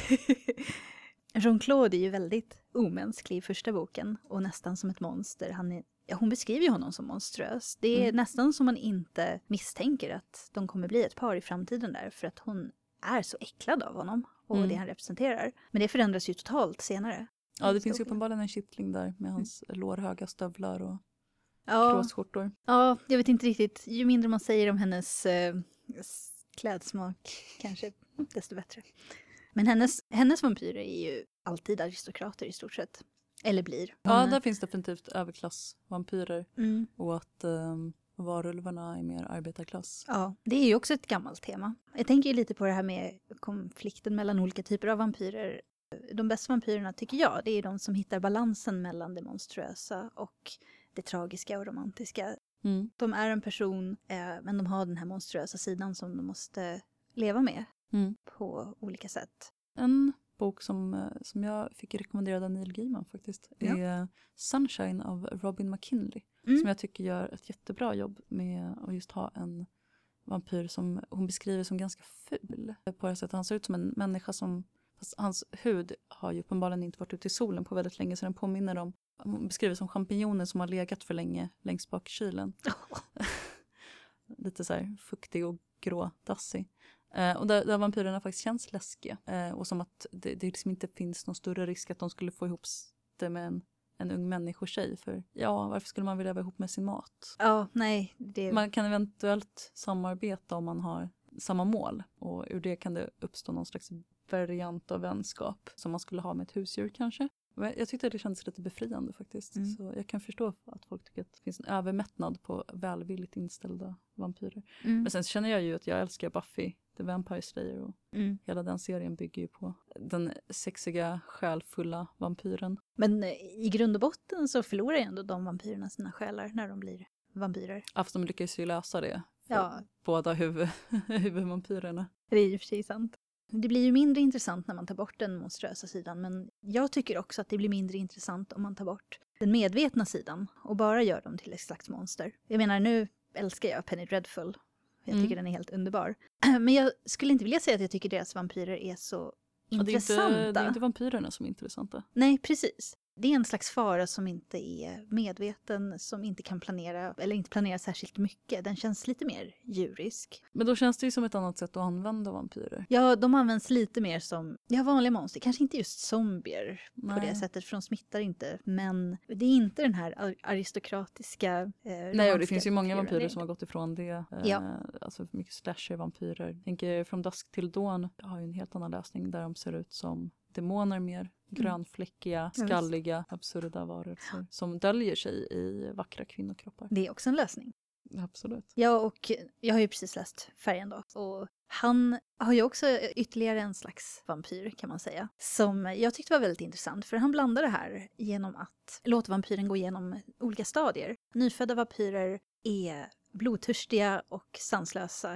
Jean-Claude är ju väldigt omänsklig i första boken och nästan som ett monster. Hon beskriver ju honom som monströs. Det är nästan som man inte misstänker att de kommer bli ett par i framtiden där, för att hon är så äcklad av honom och det han representerar. Men det förändras ju totalt senare. Ja, det finns ju uppenbarligen en kittling där med hans lårhöga stövlar och kråsskjortor. Ja, jag vet inte riktigt. Ju mindre man säger om hennes klädsmak kanske desto bättre. Men hennes vampyrer är ju alltid aristokrater i stort sett. Eller blir. Ja, där finns definitivt överklassvampyrer. Och att varulvarna är mer arbetarklass. Ja, det är ju också ett gammalt tema. Jag tänker ju lite på det här med konflikten mellan olika typer av vampyrer. De bästa vampyrerna tycker jag, det är de som hittar balansen mellan det monstruösa och det tragiska och romantiska. De är en person, men de har den här monstruösa sidan som de måste leva med på olika sätt. En bok som jag fick rekommenderad av Neil Gaiman faktiskt är Sunshine av Robin McKinley. Som jag tycker gör ett jättebra jobb med att just ha en vampyr som hon beskriver som ganska ful. På det sättet han ser ut som en människa som, fast hans hud har ju uppenbarligen inte varit ute i solen på väldigt länge, så den påminner om, hon beskriver som champinjoner som har legat för länge längst bak i kylen. Lite så här fuktig och grå, dassig. Och där vampyrerna faktiskt känns läskiga. Och som att det liksom inte finns någon större risk att de skulle få ihop det med en ung människotjej. För varför skulle man vilja vara ihop med sin mat? Ja, nej. Man kan eventuellt samarbeta om man har samma mål. Och ur det kan det uppstå någon slags variant av vänskap som man skulle ha med ett husdjur kanske. Jag tyckte det kändes lite befriande faktiskt. Så jag kan förstå att folk tycker att det finns en övermättnad på välvilligt inställda vampyrer. Men sen känner jag ju att jag älskar Buffy the Vampire Slayer. Och hela den serien bygger ju på den sexiga, själfulla vampyren. Men i grund och botten så förlorar ju ändå de vampyrerna sina själar när de blir vampyrer. Fast de lyckas ju lösa det. Ja. Båda huvudvampyrerna. Det är ju för sig sant. Det blir ju mindre intressant när man tar bort den monströsa sidan, men jag tycker också att det blir mindre intressant om man tar bort den medvetna sidan och bara gör dem till ett slags monster. Jag menar, nu älskar jag Penny Dreadful. Jag tycker den är helt underbar. Men jag skulle inte vilja säga att jag tycker deras vampyrer är så intressanta. Det är inte vampyrerna som är intressanta. Nej, precis. Det är en slags fara som inte är medveten, som inte kan planera, eller inte planerar särskilt mycket. Den känns lite mer djurisk. Men då känns det ju som ett annat sätt att använda vampyrer. Ja, de används lite mer som vanliga monster. Kanske inte just zombier på det sättet, för de smittar inte. Men det är inte den här aristokratiska Nej, och det finns ju många vampyrer som har gått ifrån det. Ja. Alltså mycket slasher-vampyrer. Jag tänker From Dusk Till Dawn har ju en helt annan lösning där de ser ut som demoner mer. Grönfläckiga, skalliga, absurda varelser som döljer sig i vackra kvinnokroppar. Det är också en lösning. Absolut. Ja, och jag har ju precis läst Färgen då. Och han har ju också ytterligare en slags vampyr kan man säga. Som jag tyckte var väldigt intressant. För han blandar det här genom att låta vampyren gå igenom olika stadier. Nyfödda vampyrer är blodtörstiga och sanslösa,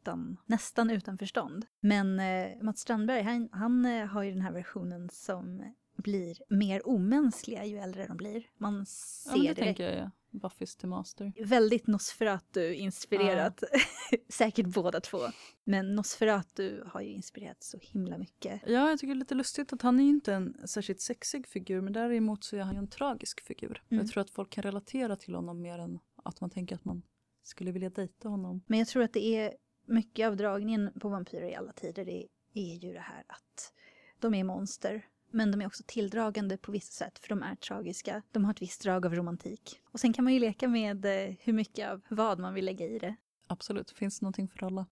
nästan utan förstånd. Men Mats Strandberg, han har ju den här versionen som blir mer omänskliga ju äldre de blir. Man ser det tänker jag. Buffys till Master. Väldigt Nosferatu-inspirerat. Säkert båda två. Men Nosferatu har ju inspirerat så himla mycket. Ja, jag tycker det är lite lustigt att han är ju inte en särskilt sexig figur. Men däremot så är han ju en tragisk figur. Jag tror att folk kan relatera till honom mer än att man tänker att man skulle vilja dejta honom. Men jag tror att det är mycket av dragningen på vampyrer i alla tider. Det är ju det här att de är monster. Men de är också tilldragande på vissa sätt, för de är tragiska. De har ett visst drag av romantik. Och sen kan man ju leka med hur mycket av vad man vill lägga i det. Absolut, det finns någonting för alla.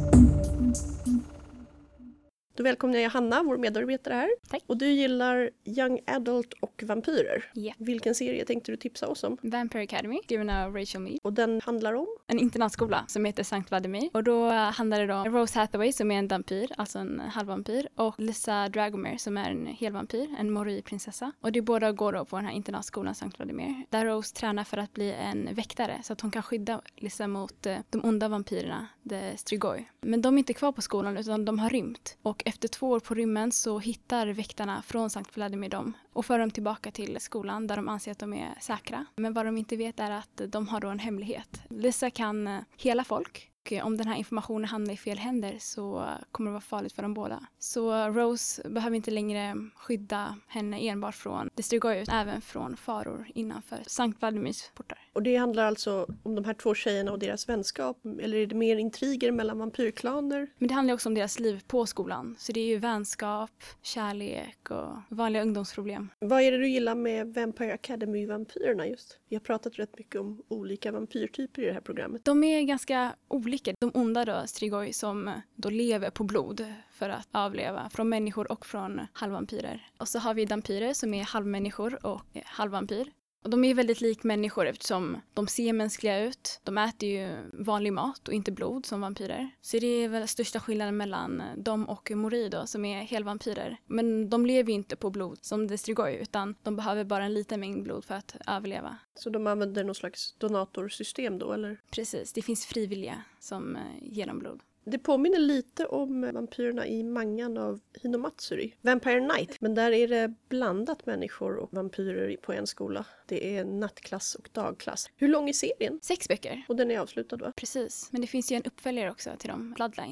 Då välkomnar jag Hanna, vår medarbetare här. Tack. Och du gillar Young Adult och vampyrer. Ja. Vilken serie tänkte du tipsa oss om? Vampire Academy, skriven av Rachel Mead. Och den handlar om? En internatskola som heter Sankt Vladimir. Och då handlar det om Rose Hathaway som är en vampyr, alltså en halvvampyr. Och Lisa Dragomir som är en helvampyr, en Mori-prinsessa. Och det båda går då på den här internatskolan Sankt Vladimir. Där Rose tränar för att bli en väktare så att hon kan skydda Lisa mot de onda vampyrerna, The Strigoi. Men de är inte kvar på skolan utan de har rymt. Och efter 2 år på rymmen så hittar väktarna från Sankt Vladimir dem och för dem tillbaka till skolan där de anser att de är säkra. Men vad de inte vet är att de har då en hemlighet. Lisa kan hela folk. Och om den här informationen hamnar i fel händer så kommer det vara farligt för dem båda. Så Rose behöver inte längre skydda henne enbart från The Strigoi, även från faror innanför Sankt Vladimirs portar. Och det handlar alltså om de här 2 tjejerna och deras vänskap? Eller är det mer intriger mellan vampyrklaner? Men det handlar också om deras liv på skolan. Så det är ju vänskap, kärlek och vanliga ungdomsproblem. Vad är det du gillar med Vampire Academy-vampyrerna just? Vi har pratat rätt mycket om olika vampyrtyper i det här programmet. De är ganska olika. De onda då, Strigoi, som då lever på blod för att överleva från människor och från halvvampyrer. Och så har vi dampyrer som är halvmänniskor och halvvampyr. Och de är väldigt lik människor eftersom de ser mänskliga ut. De äter ju vanlig mat och inte blod som vampyrer. Så det är väl största skillnaden mellan dem och Mori då, som är helvampyrer. Men de lever ju inte på blod som The Strigoi utan de behöver bara en liten mängd blod för att överleva. Så de använder någon slags donatorsystem då, eller? Precis, det finns frivilliga som ger dem blod. Det påminner lite om vampyrerna i mangan av Hino Matsuri. Vampire Night. Men där är det blandat människor och vampyrer på en skola. Det är nattklass och dagklass. Hur lång är serien? 6 böcker. Och den är avslutad, va? Precis, men det finns ju en uppföljare också till dem, Bloodlines.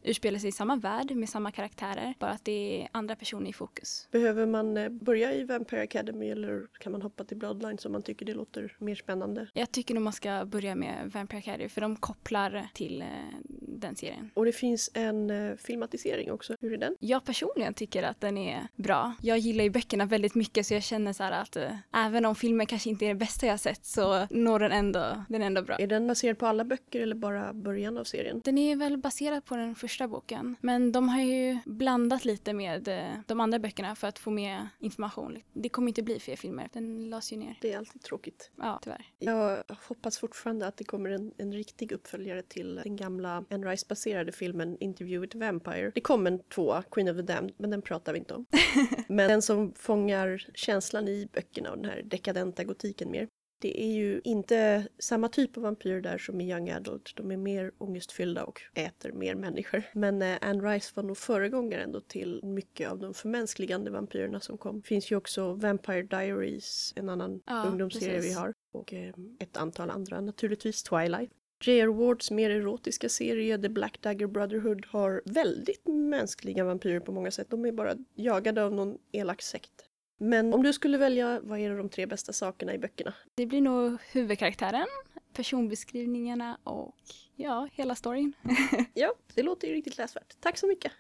utspelar sig i samma värld med samma karaktärer, bara att det är andra personer i fokus. Behöver man börja i Vampire Academy eller kan man hoppa till Bloodlines om man tycker det låter mer spännande? Jag tycker nog man ska börja med Vampire Academy för de kopplar till den serien. Och det finns en filmatisering också. Hur är den? Jag personligen tycker att den är bra. Jag gillar ju böckerna väldigt mycket så jag känner så här att även om filmen kanske inte är det bästa jag sett så når den är ändå bra. Är den baserad på alla böcker eller bara början av serien? Den är väl baserad på den första boken. Men de har ju blandat lite med de andra böckerna för att få med information. Det kommer inte bli fler filmer. Den lades ju ner. Det är alltid tråkigt. Ja, tyvärr. Jag hoppas fortfarande att det kommer en riktig uppföljare till den gamla Anne Rice-baserade filmen Interview with the Vampire. Det kom en 2, Queen of the Damned, men den pratar vi inte om. Men den som fångar känslan i böckerna och den här dekadenta gotiken mer. Det är ju inte samma typ av vampyrer där som i Young Adult. De är mer ångestfyllda och äter mer människor. Men Anne Rice var nog föregångare ändå till mycket av de förmänskligande vampyrerna som kom. Det finns ju också Vampire Diaries, en annan ungdomsserie vi har. Och ett antal andra, naturligtvis Twilight. J.R. Wards mer erotiska serie The Black Dagger Brotherhood har väldigt mänskliga vampyrer på många sätt. De är bara jagade av någon elak sekt. Men om du skulle välja, vad är de 3 bästa sakerna i böckerna? Det blir nog huvudkaraktären, personbeskrivningarna och ja, hela storyn. Ja, det låter ju riktigt läsvärt. Tack så mycket.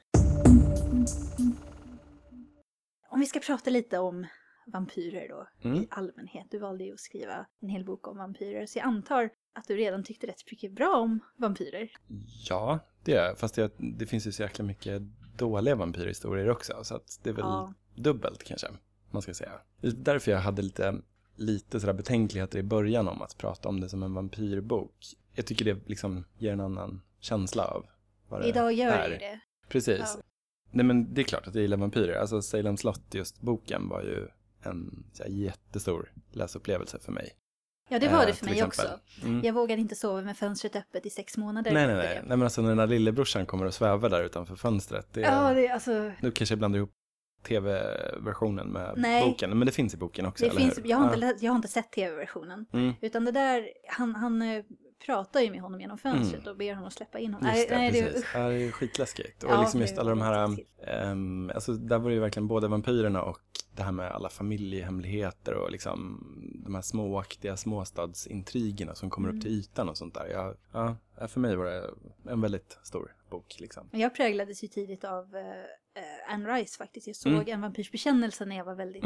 Om vi ska prata lite om vampyrer då i allmänhet. Du valde ju att skriva en hel bok om vampyrer. Så jag antar att du redan tyckte rätt mycket bra om vampyrer. Ja, det är. Fast det finns ju så jäkla mycket dåliga vampyrhistorier också. Så att det är väl dubbelt kanske, man ska säga. Det är därför jag hade lite sådär betänkligheter i början om att prata om det som en vampyrbok. Jag tycker det liksom ger en annan känsla av vad det Idag gör är. det. Precis. Ja. Nej, men det är klart att jag gillar vampyrer. Alltså Salem slott, just boken, var ju en så här, jättestor läsupplevelse för mig. Ja, det var det för mig exempel. också. Jag vågade inte sova med fönstret öppet i 6 månader. Nej, men alltså när den där lillebrorsan kommer och svävar där utanför fönstret. Det är alltså... Nu kanske jag blandar ihop tv-versionen med boken. Men det finns i boken också, det finns, jag har inte sett tv-versionen. Utan det där, han pratar ju med honom genom fönstret och ber honom att släppa in honom. Just det, precis. Det är skitläskigt. Och liksom just alla de här, alltså där var det ju verkligen både vampyrerna och det här med alla familjehemligheter och liksom de här småaktiga småstadsintrigerna som kommer upp till ytan och sånt där. För mig var det en väldigt stor bok liksom. Jag präglades ju tidigt av Anne Rice faktiskt. Jag såg En vampyrs bekännelse när jag var väldigt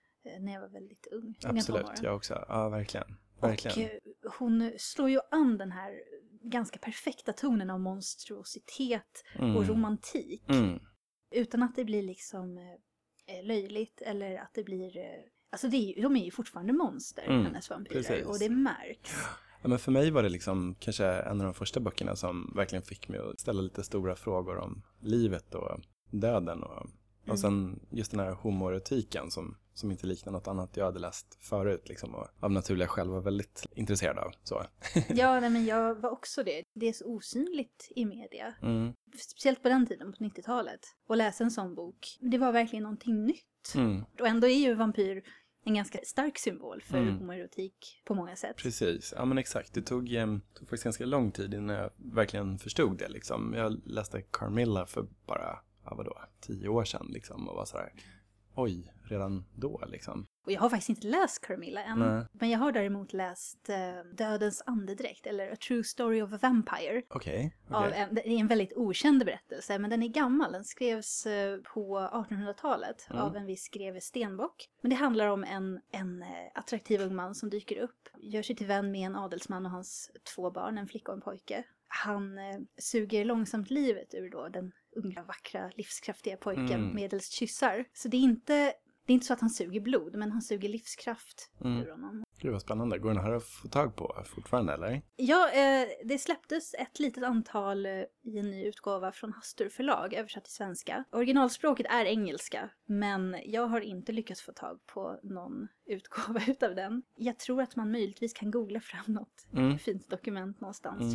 ung. Absolut, jag också. Ja, verkligen. Verkligen. Och hon slår ju an den här ganska perfekta tonen av monstruositet och romantik. Utan att det blir liksom löjligt eller att det blir... Alltså de är ju fortfarande monster, hennes vampyrer. Precis. Och det märks. Ja, men för mig var det liksom kanske en av de första böckerna som verkligen fick mig att ställa lite stora frågor om livet och döden. Och sen just den här homoerotiken som inte liknar något annat jag hade läst förut. Liksom, och av naturliga skäl var väldigt intresserad av. Så. Ja, men jag var också det. Det är så osynligt i media. Speciellt på den tiden, på 90-talet. Och läsa en sån bok, det var verkligen någonting nytt. Och ändå är ju vampyr en ganska stark symbol för homoerotik på många sätt. Precis, ja men exakt. Det tog faktiskt ganska lång tid innan jag verkligen förstod det. Liksom. Jag läste Carmilla för bara 10 år sedan liksom, och var sådär, oj, redan då liksom. Och jag har faktiskt inte läst Carmilla än. Nej. Men jag har däremot läst Dödens andedräkt, eller A True Story of a Vampire. Okej. Det är en väldigt okänd berättelse, men den är gammal. Den skrevs på 1800-talet av en viss greve Stenbock. Men det handlar om en attraktiv ung man som dyker upp, gör sig till vän med en adelsman och hans 2 barn, en flicka och en pojke. Han suger långsamt livet ur då den unga, vackra, livskraftiga pojken medelst kyssar. Så det är inte så att han suger blod, men han suger livskraft ur honom. Gud vad spännande. Går den här att få tag på fortfarande, eller? Ja, det släpptes ett litet antal i en ny utgåva från Hastur förlag, översatt till svenska. Originalspråket är engelska, men jag har inte lyckats få tag på någon utgåva utav den. Jag tror att man möjligtvis kan googla fram något fint dokument någonstans.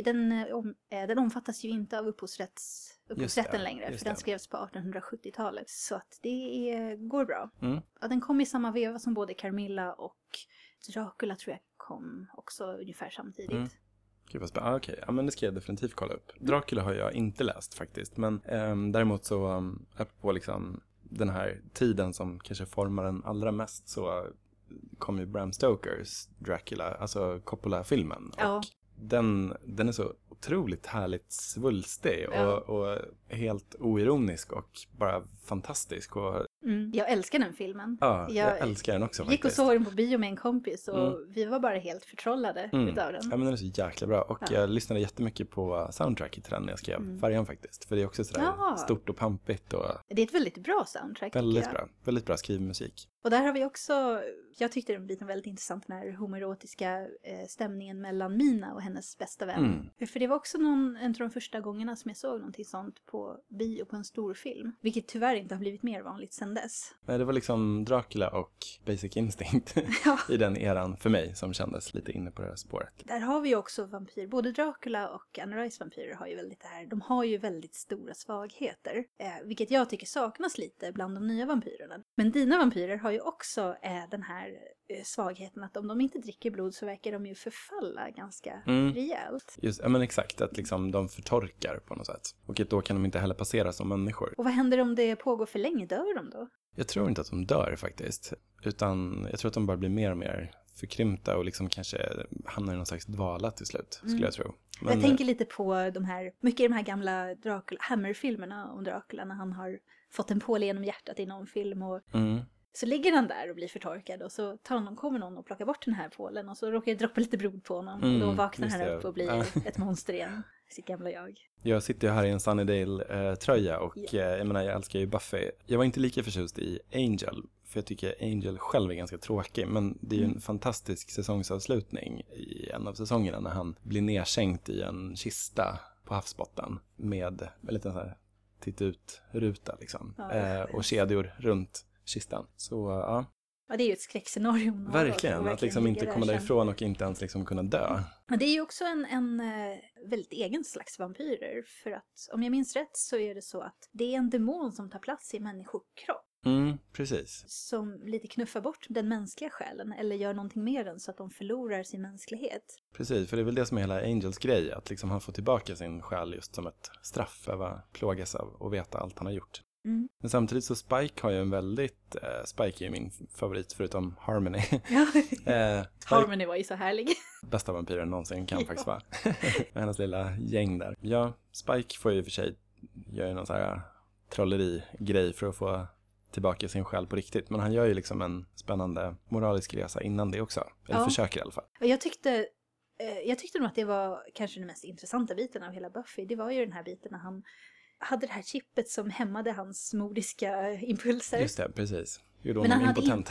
Den omfattas ju inte av upphovsrätten längre, för den skrevs på 1870-talet. Så att det går bra. Ja, den kom i samma veva som både Carmilla och Dracula tror jag kom också ungefär samtidigt. Gud vad spännande. Okej, ja, men det ska jag definitivt kolla upp. Dracula har jag inte läst faktiskt. Men däremot så, på liksom den här tiden som kanske formar den allra mest, så kom ju Bram Stokers Dracula, alltså Coppola-filmen. Ja. Och den är så otroligt härligt svulstig och helt oironisk och bara fantastisk. Och Jag älskar den filmen. ja, jag älskar den också faktiskt. Gick och såg den på bio med en kompis och vi var bara helt förtrollade utav den. Ja, men den är så jäkla bra. Och jag lyssnade jättemycket på soundtracket till den när jag skrev Färjan faktiskt. För det är också sådär stort och pampigt. Och Det är ett väldigt bra soundtrack. väldigt bra skrivmusik. Och där har vi också, jag tyckte den biten väldigt intressant, den här homoerotiska stämningen mellan Mina och hennes bästa vän. För det var också en av de första gångerna som jag såg någonting sånt på bio på en stor film. Vilket tyvärr inte har blivit mer vanligt sedan dess. Nej, det var liksom Dracula och Basic Instinct i den eran för mig som kändes lite inne på det här spåret. Där har vi också vampyr. Både Dracula och Anne Rice vampyrer har ju väldigt det här. De har ju väldigt stora svagheter. Vilket jag tycker saknas lite bland de nya vampyrerna. Men dina vampyrer har ju också den här svagheten att om de inte dricker blod så verkar de ju förfalla ganska rejält. Just, ja men exakt, att liksom de förtorkar på något sätt. Och då kan de inte heller passera som människor. Och vad händer om det pågår för länge? Dör de då? Jag tror inte att de dör faktiskt. Utan jag tror att de bara blir mer och mer förkrympta och liksom kanske hamnar i någon slags dvala till slut, skulle jag tro. Men jag tänker lite på mycket i de här gamla Hammer-filmerna om Dracula när han har fått en påle genom hjärtat i någon film och så ligger han där och blir förtorkad och så kommer någon och plockar bort den här pålen och så råkar det droppa lite blod på honom och då vaknar han upp och blir ett monster igen, sitt gamla jag. Jag sitter ju här i en Sunnydale-tröja och jag menar, jag älskar ju Buffy. Jag var inte lika förtjust i Angel, för jag tycker Angel själv är ganska tråkig, men det är ju en fantastisk säsongsavslutning i en av säsongerna när han blir nedsänkt i en kista på havsbotten med en liten så här titt-ut-ruta liksom. Och kedjor runt kistan. Så ja. Ja, det är ju ett skräckscenario. Verkligen, att liksom inte komma därifrån och inte ens liksom kunna dö. Men det är ju också en väldigt egen slags vampyrer. För att om jag minns rätt så är det så att det är en demon som tar plats i människokropp. Precis. Som lite knuffar bort den mänskliga själen eller gör någonting med den så att de förlorar sin mänsklighet. Precis, för det är väl det som är hela Angels grej, att liksom han får tillbaka sin själ just som ett straff över att plågas av och veta allt han har gjort. Men samtidigt så Spike har ju en väldigt... Spike är min favorit förutom Harmony. Harmony var ju så härlig. Bästa vampyren någonsin kan faktiskt vara. Hennes lilla gäng där. Ja, Spike får ju för sig göra någon sån här trolleri-grej för att få tillbaka sin själ på riktigt. Men han gör ju liksom en spännande moralisk resa innan det också. Eller försöker i alla fall. Jag tyckte nog att det var kanske den mest intressanta biten av hela Buffy. Det var ju den här biten när han hade det här chippet som hämmade hans modiska impulser. Just det, precis. Gjorde honom impotent.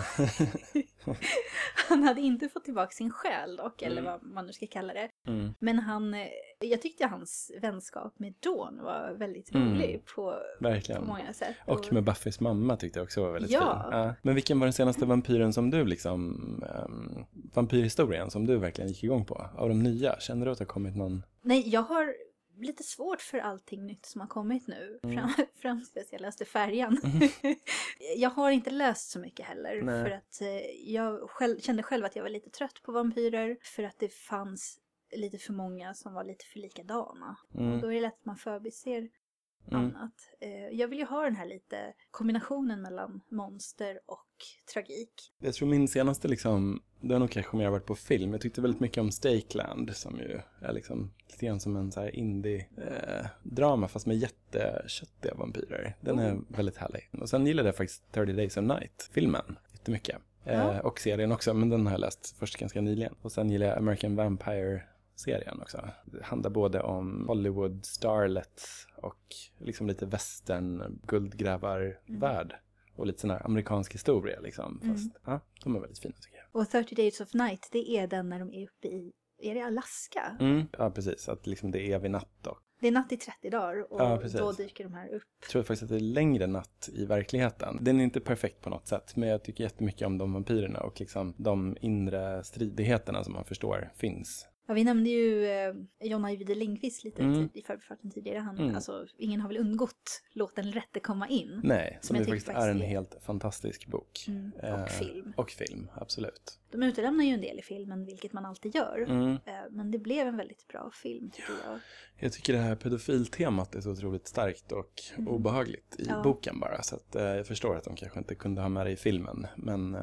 Han hade inte fått tillbaka sin själ dock, eller vad man nu ska kalla det. Men jag tyckte hans vänskap med Dawn var väldigt rolig på många sätt. Och med Buffys mamma tyckte jag också var väldigt fin. Ja. Men vilken var den senaste vampyren som du liksom, vampyrhistorien som du verkligen gick igång på? Av de nya, känner du att det har kommit någon? Nej, jag har lite svårt för allting nytt som har kommit nu. Framför jag läste Färjan. Jag har inte läst så mycket heller. För att jag kände själv att jag var lite trött på vampyrer. För att det fanns lite för många som var lite för likadana. Och då är det lätt att man förbiser annat. Jag vill ju ha den här lite kombinationen mellan monster och tragik. Jag tror min senaste liksom, det har nog kanske mer varit på film. Jag tyckte väldigt mycket om Stakeland som ju är liksom lite grann som en så här indie-drama fast med jätteköttiga vampyrer. Den är väldigt härlig. Och sen gillade jag faktiskt 30 Days of Night-filmen jättemycket. Och serien också, men den har jag läst först ganska nyligen. Och sen gillar jag American Vampire-serien också. Det handlar både om Hollywood starlets och liksom lite western guldgrävarvärld. Och lite sån här amerikansk historia liksom. Fast de är väldigt fina tycker jag. Och 30 Days of Night, det är den när de är uppe i, är det Alaska? Ja, precis. Att liksom det är evig natt då. Det är natt i 30 dagar och då dyker de här upp. Jag tror faktiskt att det är längre natt i verkligheten. Den är inte perfekt på något sätt, men jag tycker jättemycket om de vampyrerna och liksom de inre stridigheterna som man förstår finns Ja, vi nämnde ju John Ajvide Lindqvist lite i förbifarten tidigare. Alltså, ingen har väl undgått Låt den rätte komma in. Nej, som det faktiskt är en helt fantastisk bok. Och film. Och film, absolut. De utelämnar ju en del i filmen, vilket man alltid gör. Men det blev en väldigt bra film, tycker jag. Jag tycker det här pedofiltemat är så otroligt starkt och obehagligt i boken bara. Så att, jag förstår att de kanske inte kunde ha med det i filmen. Men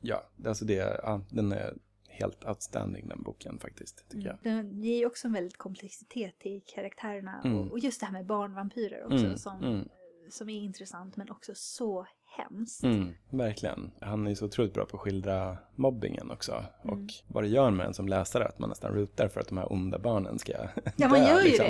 den är helt outstanding, den boken faktiskt, tycker jag. Den ger också en väldigt komplexitet i karaktärerna. Och just det här med barnvampyrer också, som är intressant men också så hemskt. Verkligen. Han är ju så otroligt bra på att skildra mobbingen också. Och vad det gör med en som läsare, att man nästan rutar för att de här onda barnen ska Ja, man gör ju liksom.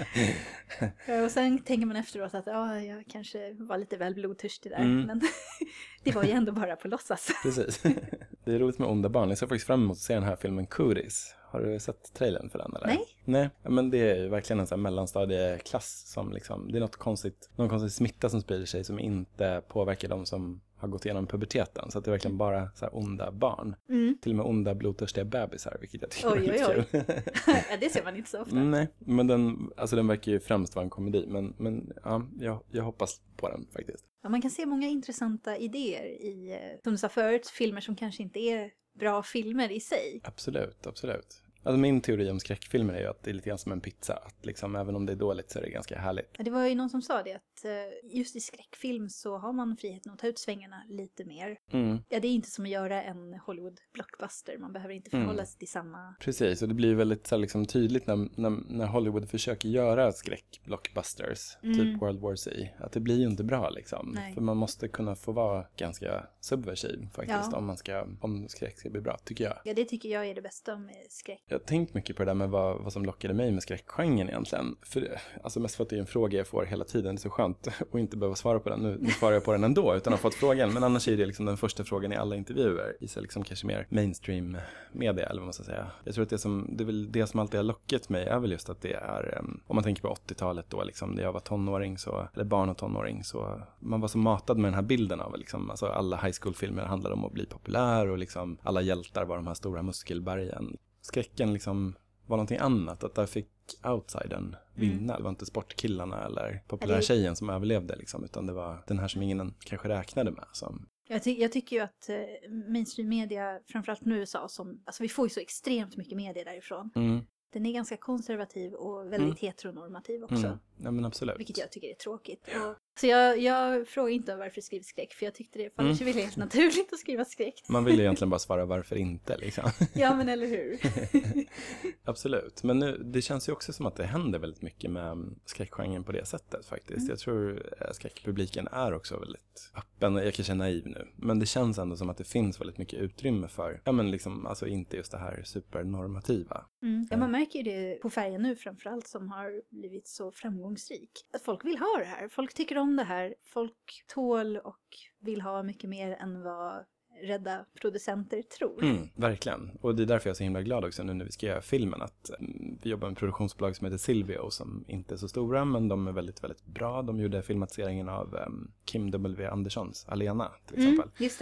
det. Och sen tänker man efteråt att jag kanske var lite väl blodtörstig där. Men det var ju ändå bara på låtsas. Precis. Det är roligt med onda barn. Jag ser faktiskt fram emot att se den här filmen Cooties. Har du sett trailern för den eller? Nej, men det är ju verkligen en sån här mellanstadieklass som liksom, det är någon konstig smitta som sprider sig som inte påverkar de som har gått igenom puberteten. Så att det är verkligen bara så här onda barn. Till och med onda blodtörstiga bebisar, vilket jag tycker är väldigt kul. Ja, det ser man inte så ofta. Nej, men den verkar ju främst vara en komedi. Men ja, jag hoppas på den faktiskt. Ja, man kan se många intressanta idéer i, som du sa förut, filmer som kanske inte är bra filmer i sig. Absolut. Alltså min teori om skräckfilmer är ju att det är lite grann som en pizza. Att liksom, även om det är dåligt så är det ganska härligt. Ja, det var ju någon som sa det, att just i skräckfilm så har man friheten att ta ut svängarna lite mer. Ja, det är inte som att göra en Hollywood-blockbuster. Man behöver inte förhålla sig till samma... Precis, och det blir väldigt så här, liksom, tydligt när Hollywood försöker göra skräckblockbusters, typ World War Z, att det blir ju inte bra liksom. Nej. För man måste kunna få vara ganska subversiv faktiskt om skräck ska bli bra, tycker jag. Ja, det tycker jag är det bästa med skräck. Jag har tänkt mycket på det där med vad som lockade mig med skräckgenren egentligen. Alltså mest för att det är en fråga jag får hela tiden. Det är så skönt att inte behöva svara på den. Nu svarar jag på den ändå utan att ha fått frågan. Men annars är det liksom den första frågan i alla intervjuer. I så liksom kanske mer mainstream media eller vad man ska säga. Jag tror att det är väl det som alltid har lockat mig är väl just att det är, om man tänker på 80-talet då liksom, när jag var tonåring eller barn och tonåring, så man var så matad med den här bilden av liksom, alltså alla high school-filmer handlade om att bli populär och liksom alla hjältar var de här stora muskelbergen. Skräcken liksom var någonting annat, att där fick outsidern vinna. Det var inte sportkillarna eller populära tjejen som överlevde liksom, utan det var den här som ingen kanske räknade med. Jag tycker ju att mainstream media, framförallt från USA, alltså vi får ju så extremt mycket media därifrån. Den är ganska konservativ och väldigt heteronormativ också. Ja, men absolut. Vilket jag tycker är tråkigt. Så jag frågar inte varför du skriver skräck, för jag tyckte det faller sig väl helt naturligt att skriva skräck. Man vill ju egentligen bara svara varför inte liksom. Ja, men eller hur? Absolut. Men nu, det känns ju också som att det händer väldigt mycket med skräckgenren på det sättet faktiskt. Jag tror skräckpubliken är också väldigt öppen. Jag kanske är naiv nu. Men det känns ändå som att det finns väldigt mycket utrymme för, ja men liksom, alltså inte just det här supernormativa. Ja, man märker ju det på Färjan nu framförallt, som har blivit så framgångsrik. Att folk vill ha det här. Folk tycker om det här. Folk tål och vill ha mycket mer än vad rädda producenter tror. Verkligen. Och det är därför jag är så himla glad också nu när vi ska göra filmen, att vi jobbar med en produktionsbolag som heter Silvio, som inte är så stora, men de är väldigt, väldigt bra. De gjorde filmatiseringen av Kim W. Anderssons Alena till exempel. Just det.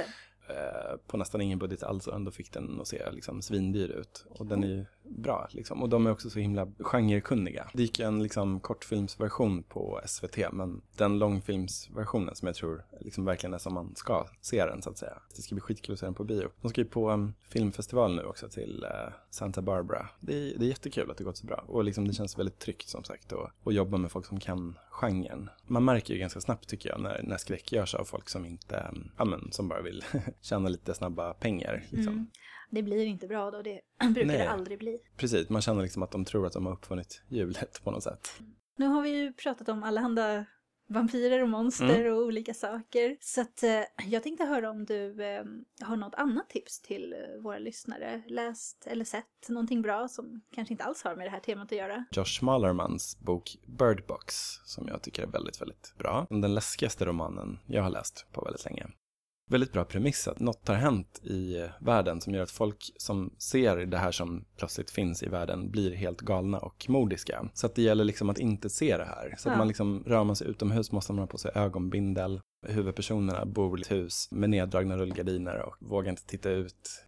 På nästan ingen budget alls, och ändå fick den att se liksom svindyr ut. Och den är ju bra liksom. Och de är också så himla genrekunniga. Det gick en liksom kortfilmsversion på SVT, men den långfilmsversionen som jag tror liksom verkligen är som man ska se den så att säga. Det ska bli skitkul att se den på bio. De ska ju på en filmfestival nu också till Santa Barbara. Det är jättekul att det gått så bra. Och liksom det känns väldigt tryggt som sagt och jobba med folk som kan genren. Man märker ju ganska snabbt tycker jag när skräck görs av folk som inte, som bara vill tjäna lite snabba pengar liksom. Det blir inte bra då, det brukar det aldrig bli. Precis, man känner liksom att de tror att de har uppfunnit hjulet på något sätt. Nu har vi ju pratat om allehanda vampyrer och monster och olika saker. Så att jag tänkte höra om du har något annat tips till våra lyssnare. Läst eller sett någonting bra som kanske inte alls har med det här temat att göra. Josh Malermans bok Bird Box, som jag tycker är väldigt, väldigt bra. Den läskigaste romanen jag har läst på väldigt länge. Väldigt bra premiss att något har hänt i världen som gör att folk som ser det här som plötsligt finns i världen blir helt galna och modiska. Så att det gäller liksom att inte se det här. Så att man liksom, rör man sig utomhus måste man ha på sig ögonbindel. Huvudpersonerna bor i ett hus med neddragna rullgardiner och vågar inte titta ut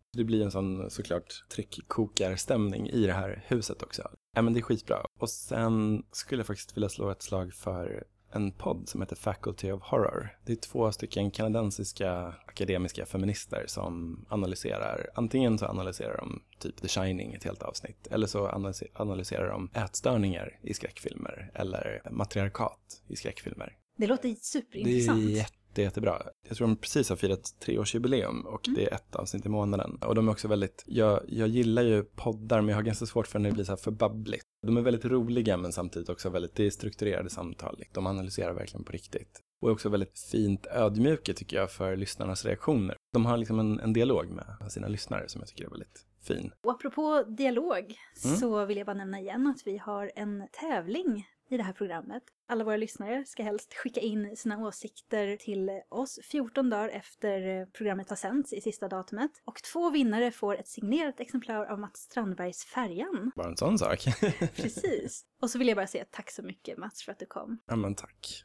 Det blir en sån såklart tryckkokarstämning i det här huset också. Ja, men det är skitbra. Och sen skulle jag faktiskt vilja slå ett slag för en podd som heter Faculty of Horror. Det är 2 stycken kanadensiska akademiska feminister som analyserar, antingen så analyserar de typ The Shining ett helt avsnitt, eller så analyserar de ätstörningar i skräckfilmer eller matriarkat i skräckfilmer. Det låter superintressant. Det är jättebra. Jag tror de precis har firat 3-årsjubileum och det är 1 avsnitt i månaden. Och de är också väldigt, jag gillar ju poddar men jag har ganska svårt för när det blir så här för babbligt. De är väldigt roliga men samtidigt också väldigt strukturerade samtal. De analyserar verkligen på riktigt. Och är också väldigt fint ödmjuka tycker jag för lyssnarnas reaktioner. De har liksom en dialog med sina lyssnare som jag tycker är väldigt fin. Och apropå dialog så vill jag bara nämna igen att vi har en tävling i det här programmet. Alla våra lyssnare ska helst skicka in sina åsikter till oss 14 dagar efter programmet har sänts i sista datumet. Och 2 vinnare får ett signerat exemplar av Mats Strandbergs Färjan. Bara en sån sak. Precis. Och så vill jag bara säga tack så mycket Mats för att du kom. Ja men tack.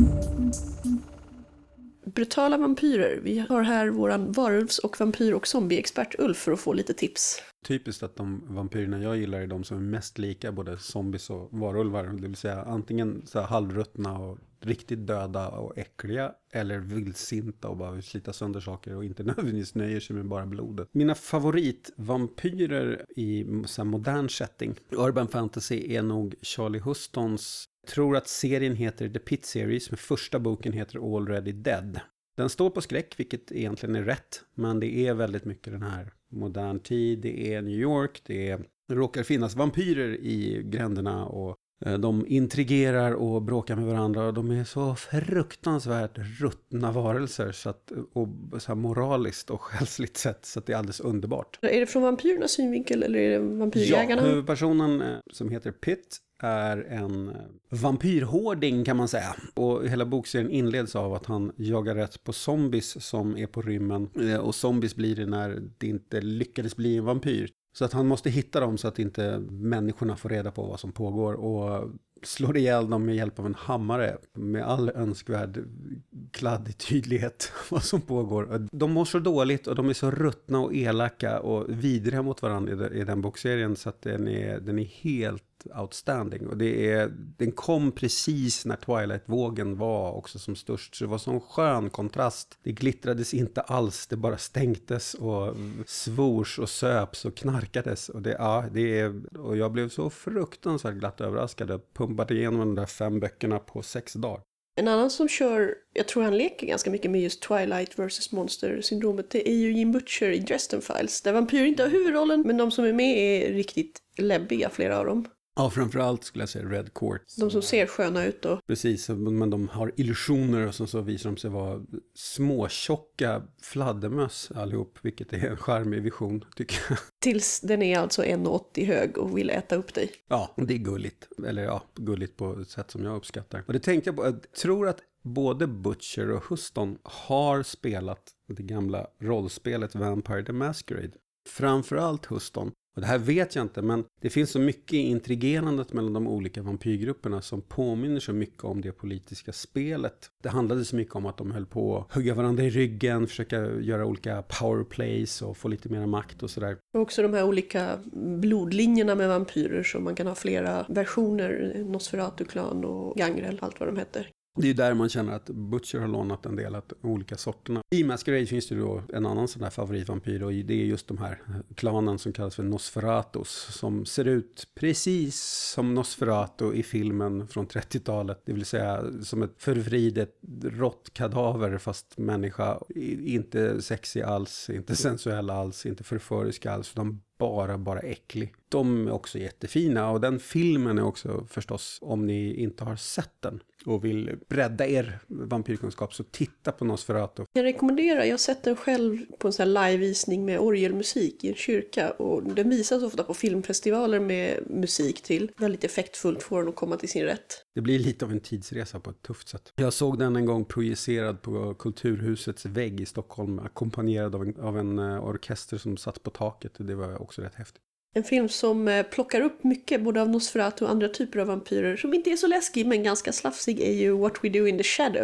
Brutala vampyrer. Vi har här våran varulvs- och vampyr- och zombieexpert Ulf för att få lite tips. Typiskt att de vampyrerna jag gillar är de som är mest lika både zombies och varulvar. Det vill säga antingen så här halvruttna och riktigt döda och äckliga eller vildsinta och bara slita sönder saker och inte nödvändigtvis nöjer sig med bara blodet. Mina favoritvampyrer i så här modern setting, urban fantasy, är nog Charlie Hustons. Jag tror att serien heter The Pit Series, men första boken heter Already Dead. Den står på skräck, vilket egentligen är rätt, men det är väldigt mycket den här modern tid. Det är New York, det råkar finnas vampyrer i gränderna och de intrigerar och bråkar med varandra och de är så fruktansvärt ruttna varelser så att, och så här moraliskt och själsligt sett så att det är alldeles underbart. Är det från vampyrernas synvinkel eller är det vampyrjägarna? Ja, huvudpersonen som heter Pitt är en vampyrhårding kan man säga. Och hela bokserien inleds av att han jagar rätt på zombies som är på rymmen. Och zombies blir det när det inte lyckades bli en vampyr. Så att han måste hitta dem så att inte människorna får reda på vad som pågår. Och slår ihjäl dem med hjälp av en hammare med all önskvärd kladdig tydlighet vad som pågår. De mår så dåligt och de är så ruttna och elaka och vidriga mot varandra i den bokserien så att den är helt outstanding. Och den kom precis när Twilight-vågen var också som störst. Så det var sån skön kontrast. Det glittrades inte alls. Det bara stänktes och svors och söps och knarkades. Och och jag blev så fruktansvärt glatt överraskad. Jag pumpade igenom de där 5 böckerna på 6 dagar. En annan som kör, jag tror han leker ganska mycket med just Twilight vs. Monster-syndromet, det är ju Jim Butcher i Dresden Files. Där vampyr inte har huvudrollen, men de som är med är riktigt läbbiga, flera av dem. Ja, framförallt skulle jag säga Red Court. De som ser sköna ut då. Precis, men de har illusioner och så visar de sig vara småtjocka fladdermöss allihop, vilket är en charmig vision tycker jag. Tills den är alltså 1,80 hög och vill äta upp dig. Ja, det är gulligt. Eller ja, gulligt på ett sätt som jag uppskattar. Och det tänkte jag på, jag tror att både Butcher och Huston har spelat det gamla rollspelet Vampire the Masquerade. Framförallt Huston. Och det här vet jag inte, men det finns så mycket intrigerandet mellan de olika vampyrgrupperna som påminner så mycket om det politiska spelet. Det handlade så mycket om att de höll på att hugga varandra i ryggen, försöka göra olika powerplays och få lite mer makt och sådär. Och också de här olika blodlinjerna med vampyrer som man kan ha flera versioner, Nosferatu-klan och Gangrel, allt vad de heter. Det är ju där man känner att Butcher har lånat en del av olika sorterna. I Masquerade finns det då en annan sån där favoritvampyr och det är just de här klanen som kallas för Nosferatus som ser ut precis som Nosferatu i filmen från 30-talet. Det vill säga som ett förvridet råttkadaver fast människa. Inte sexig alls, inte sensuell alls, inte förförisk alls. De bara äcklig. De är också jättefina och den filmen är också förstås, om ni inte har sett den och vill bredda er vampyrkunskap så titta på Nosferatu. Jag rekommenderar, jag har sett den själv på en sån här livevisning med orgelmusik i en kyrka och den visas ofta på filmfestivaler med musik till. Väldigt effektfullt för den att komma till sin rätt. Det blir lite av en tidsresa på ett tufft sätt. Jag såg den en gång projicerad på Kulturhusets vägg i Stockholm ackompanjerad av en orkester som satt på taket och det var också rätt häftigt. En film som plockar upp mycket både av Nosferatu och andra typer av vampyrer som inte är så läskig men ganska slafsig är ju What We Do in the Shadows.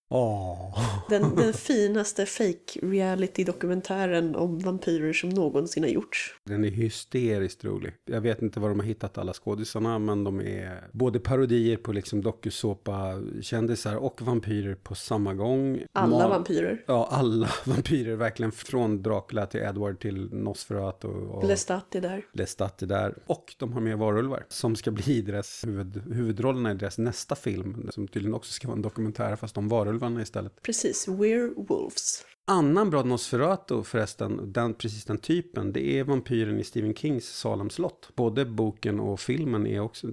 Den finaste fake reality-dokumentären om vampyrer som någonsin har gjorts. Den är hysteriskt rolig. Jag vet inte var de har hittat alla skådisarna, men de är både parodier på liksom dokusåpa-kändisar och vampyrer på samma gång. Alla vampyrer. Ja, alla vampyrer, verkligen från Dracula till Edward till Nosferatu. Och Lestat är där. Och de har med varulvar som ska bli deras huvudrollerna i deras nästa film, som tydligen också ska vara en dokumentär fast om varulvarna istället. Precis, Werewolves. Annan bra Nosferatu förresten, precis den typen, det är vampyren i Stephen Kings Salem slott. Både boken och filmen är också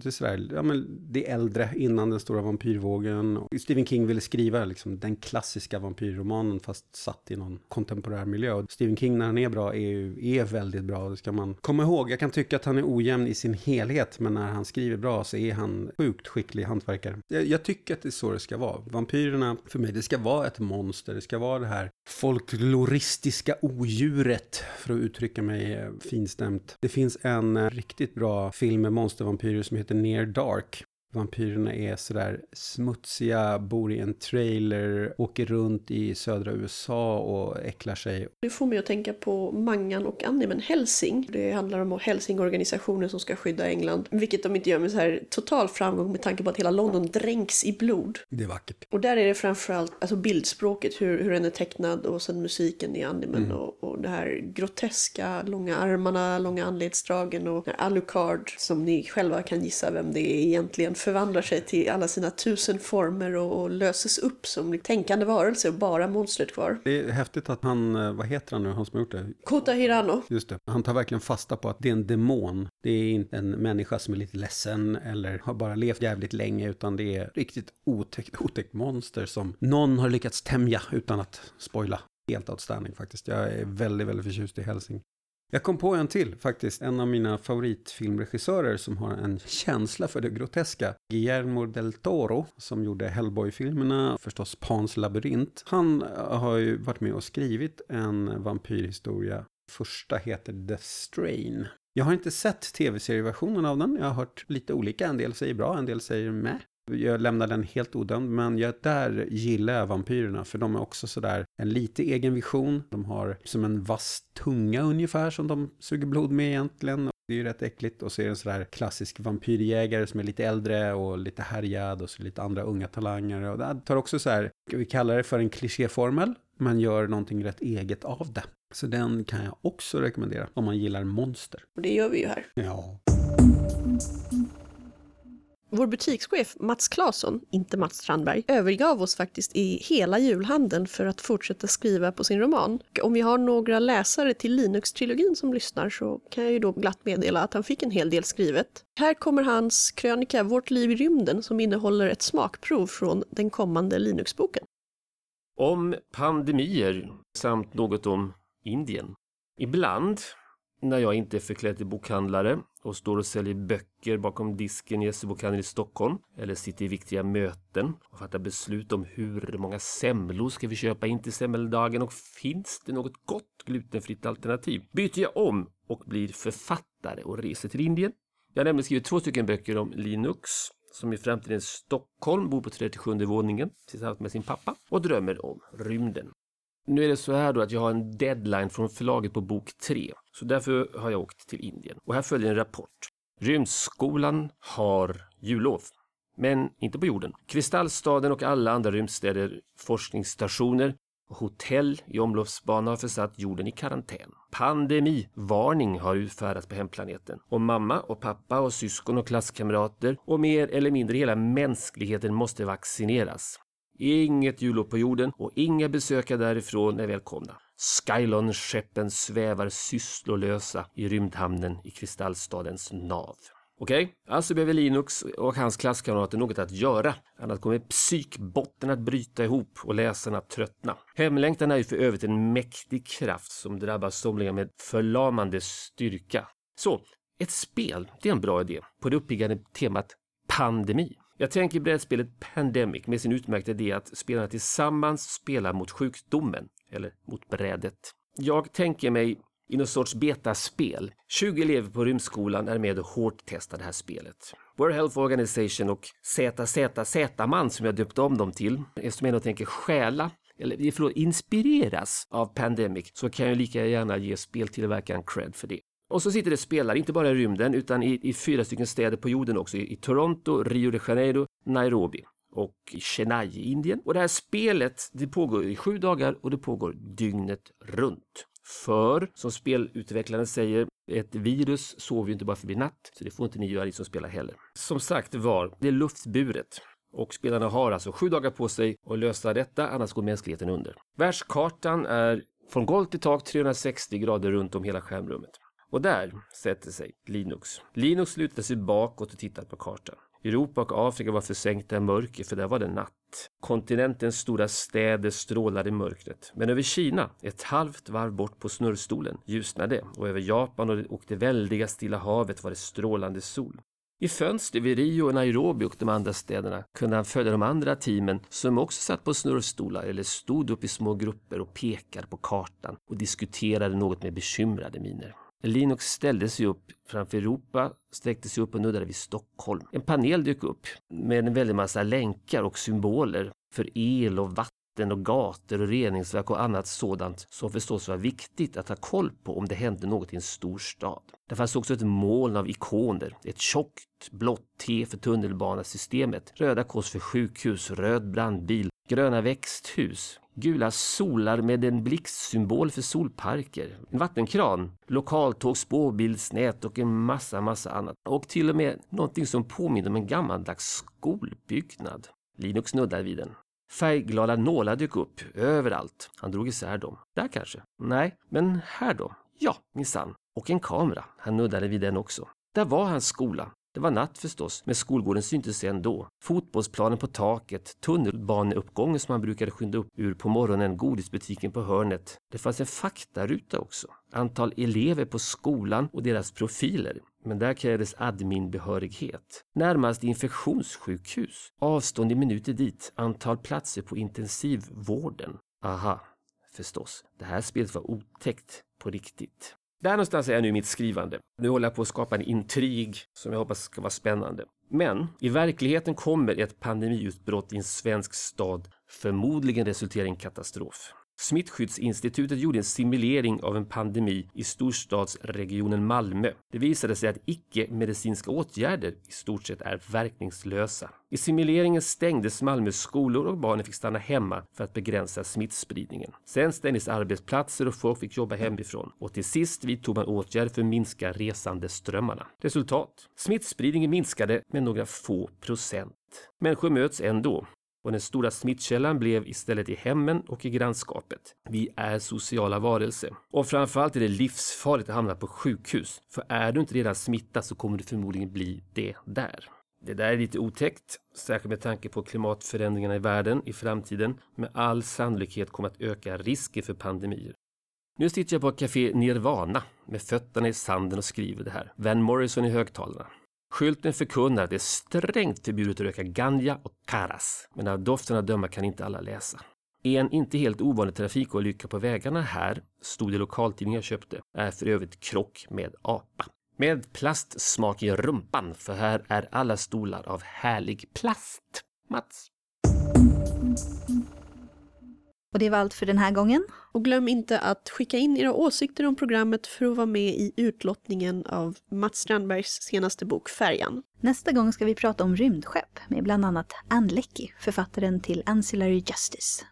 det är äldre, innan den stora vampyrvågen. Stephen King ville skriva liksom den klassiska vampyrromanen fast satt i någon kontemporär miljö. Och Stephen King när han är bra är väldigt bra, det ska man komma ihåg. Jag kan tycka att han är ojämn i sin helhet, men när han skriver bra så är han sjukt skicklig hantverkare. Jag tycker att det är så det ska vara. Vampyrerna, för mig, det ska vara ett monster, det ska vara det här folkloristiska odjuret, för att uttrycka mig finstämt. Det finns en riktigt bra film med monstervampyrer som heter Near Dark. Vampyrerna är sådär smutsiga, bor i en trailer, åker runt i södra USA och äcklar sig. Det får mig att tänka på mangan och animen Helsing. Det handlar om Helsing-organisationen som ska skydda England, vilket de inte gör med så här total framgång med tanke på att hela London dränks i blod. Det är vackert. Och där är det framförallt alltså bildspråket, hur den är tecknad, och sen musiken i animen och det här groteska, långa armarna, långa anledsdragen och Alucard, som ni själva kan gissa vem det är egentligen, förvandlar sig till alla sina 1000 former och löses upp som tänkande varelse och bara monstret kvar. Det är häftigt att han, vad heter han nu, han som har gjort det? Kota Hirano. Just det. Han tar verkligen fasta på att det är en demon. Det är inte en människa som är lite ledsen eller har bara levt jävligt länge, utan det är riktigt otäckt monster som någon har lyckats tämja utan att spoila. Helt outstanding faktiskt. Jag är väldigt, väldigt förtjust i Helsing. Jag kom på en till faktiskt, en av mina favoritfilmregissörer som har en känsla för det groteska. Guillermo del Toro, som gjorde Hellboy-filmerna, förstås Pans labyrint. Han har ju varit med och skrivit en vampyrhistoria. Första heter The Strain. Jag har inte sett tv-serieversionen av den. Jag har hört lite olika, en del säger bra, en del säger meh. Jag lämnar den helt odömd, men där gillar jag vampyrerna, för de är också sådär en lite egen vision. De har som en vass tunga ungefär som de suger blod med egentligen. Det är ju rätt äckligt. Och så är det en sådär klassisk vampyrjägare som är lite äldre och lite härjad, och så lite andra unga talanger. Och det tar också så här, vi kallar det för en klichéformel, men gör någonting rätt eget av det. Så den kan jag också rekommendera om man gillar monster. Och det gör vi ju här. Ja. Vår butikschef Mats Claesson, inte Mats Strandberg, övergav oss faktiskt i hela julhandeln för att fortsätta skriva på sin roman. Om vi har några läsare till Linux-trilogin som lyssnar, så kan jag ju då glatt meddela att han fick en hel del skrivet. Här kommer hans krönika Vårt liv i rymden, som innehåller ett smakprov från den kommande Linux-boken. Om pandemier samt något om Indien. Ibland, när jag inte är förklädd till bokhandlare och står och säljer böcker bakom disken i SE-bokhandeln i Stockholm, eller sitter i viktiga möten och fattar beslut om hur många semlor ska vi köpa in till semmeldagen och finns det något gott glutenfritt alternativ, byter jag om och blir författare och reser till Indien. Jag har nämligen skrivit 2 böcker om Linux, som i framtidens Stockholm bor på 37:e våningen tillsammans med sin pappa och drömmer om rymden. Nu är det så här då att jag har en deadline från förlaget på bok 3. Så därför har jag åkt till Indien. Och här följer en rapport. Rymdskolan har jullov. Men inte på jorden. Kristallstaden och alla andra rymdstäder, forskningsstationer och hotell i omloppsbana har försatt jorden i karantän. Pandemivarning har utfärdats på hemplaneten. Och mamma och pappa och syskon och klasskamrater och mer eller mindre hela mänskligheten måste vaccineras. Inget jullov på jorden och inga besökare därifrån är välkomna. Skylon-skeppen svävar sysslolösa i rymdhamnen i kristallstadens nav. Okej, alltså behöver Linux och hans klasskamrater något att göra. Annars kommer psykbotten att bryta ihop och läsarna att tröttna. Hemlängtan är ju för övrigt en mäktig kraft som drabbar somliga med förlamande styrka. Så, ett spel, det är en bra idé på det uppiggande temat pandemi. Jag tänker brädspelet Pandemic med sin utmärkta idé att spelarna tillsammans spelar mot sjukdomen, eller mot brädet. Jag tänker mig i någon sorts betaspel. 20 elever på rymdskolan är med och hårt testar det här spelet. World Health Organization och ZZZ-man som jag döpt om dem till, eftersom jag tänker stjäla eller inspireras av Pandemic, så kan jag lika gärna ge speltillverkaren cred för det. Och så sitter det spelare, inte bara i rymden utan i 4 stycken städer på jorden också. I Toronto, Rio de Janeiro, Nairobi och Chennai i Indien. Och det här spelet, det pågår i 7 dagar och det pågår dygnet runt. För, som spelutvecklaren säger, ett virus sover ju inte bara förbi natt, så det får inte ni göra som spelar heller. Som sagt det är luftburet. Och spelarna har alltså 7 dagar på sig att lösa detta, annars går mänskligheten under. Världskartan är från golv till tak 360 grader runt om hela skärmrummet. Och där sätter sig Linux. Linux lutar sig bakåt och tittar på kartan. Europa och Afrika var försänkta i mörker, för där var det natt. Kontinentens stora städer strålade i mörkret. Men över Kina, ett halvt varv bort på snurrstolen, ljusnade. Och över Japan och det väldiga Stilla havet var det strålande sol. I fönster vid Rio och Nairobi och de andra städerna kunde han följa de andra teamen som också satt på snurrstolar eller stod upp i små grupper och pekade på kartan och diskuterade något med bekymrade miner. Linux ställde sig upp framför Europa, sträckte sig upp och nuddade vid Stockholm. En panel dök upp med en väldig massa länkar och symboler för el och vatten och gator och reningsverk och annat sådant som förstås var viktigt att ha koll på om det hände något i en stor stad. Det fanns också ett moln av ikoner, ett tjockt blått T för tunnelbanesystemet, röda kors för sjukhus, röd brandbil, gröna växthus, gula solar med en blixtsymbol för solparker, en vattenkran, lokaltåg, spårbilsnät och en massa annat. Och till och med någonting som påminner om en gammaldags skolbyggnad. Linux nuddade vid den. Färgglada nålar dök upp överallt. Han drog isär dem. Där kanske? Nej, men här då? Ja, minsann. Och en kamera. Han nuddade vid den också. Där var hans skola. Det var natt förstås, men skolgården syntes ändå. Fotbollsplanen på taket, tunnelbaneuppgången som man brukade skynda upp ur på morgonen, godisbutiken på hörnet. Det fanns en faktaruta också. Antal elever på skolan och deras profiler. Men där krävdes adminbehörighet. Närmast infektionssjukhus. Avstånd i minuter dit. Antal platser på intensivvården. Aha, förstås. Det här spelet var otäckt på riktigt. Där någonstans är jag nu i mitt skrivande. Nu håller jag på att skapa en intrig som jag hoppas ska vara spännande. Men i verkligheten kommer ett pandemiutbrott i en svensk stad förmodligen resultera i en katastrof. Smittskyddsinstitutet gjorde en simulering av en pandemi i storstadsregionen Malmö. Det visade sig att icke-medicinska åtgärder i stort sett är verkningslösa. I simuleringen stängdes Malmös skolor och barnen fick stanna hemma för att begränsa smittspridningen. Sen stängdes arbetsplatser och folk fick jobba hemifrån. Och till sist vidtog man åtgärder för att minska resandeströmmarna. Resultat: smittspridningen minskade med några få procent. Människor möts ändå. Och den stora smittkällan blev istället i hemmen och i grannskapet. Vi är sociala varelser. Och framförallt är det livsfarligt att hamna på sjukhus. För är du inte redan smittad så kommer du förmodligen bli det där. Det där är lite otäckt, särskilt med tanke på klimatförändringarna i världen i framtiden. Med all sannolikhet kommer att öka risken för pandemier. Nu sitter jag på Café Nirvana med fötterna i sanden och skriver det här. Van Morrison i högtalarna. Skylten förkunnar att det är strängt förbjudet att röka ganja och karas, men av dofterna döma kan inte alla läsa. En inte helt ovanlig trafikolycka på vägarna här, stod det lokaltidningen jag köpte, är för övrigt krock med apa. Med plastsmak i rumpan, för här är alla stolar av härlig plast. Mats. Och det var allt för den här gången. Och glöm inte att skicka in era åsikter om programmet för att vara med i utlottningen av Mats Strandbergs senaste bok Färjan. Nästa gång ska vi prata om rymdskepp med bland annat Ann Leckie, författaren till Ancillary Justice.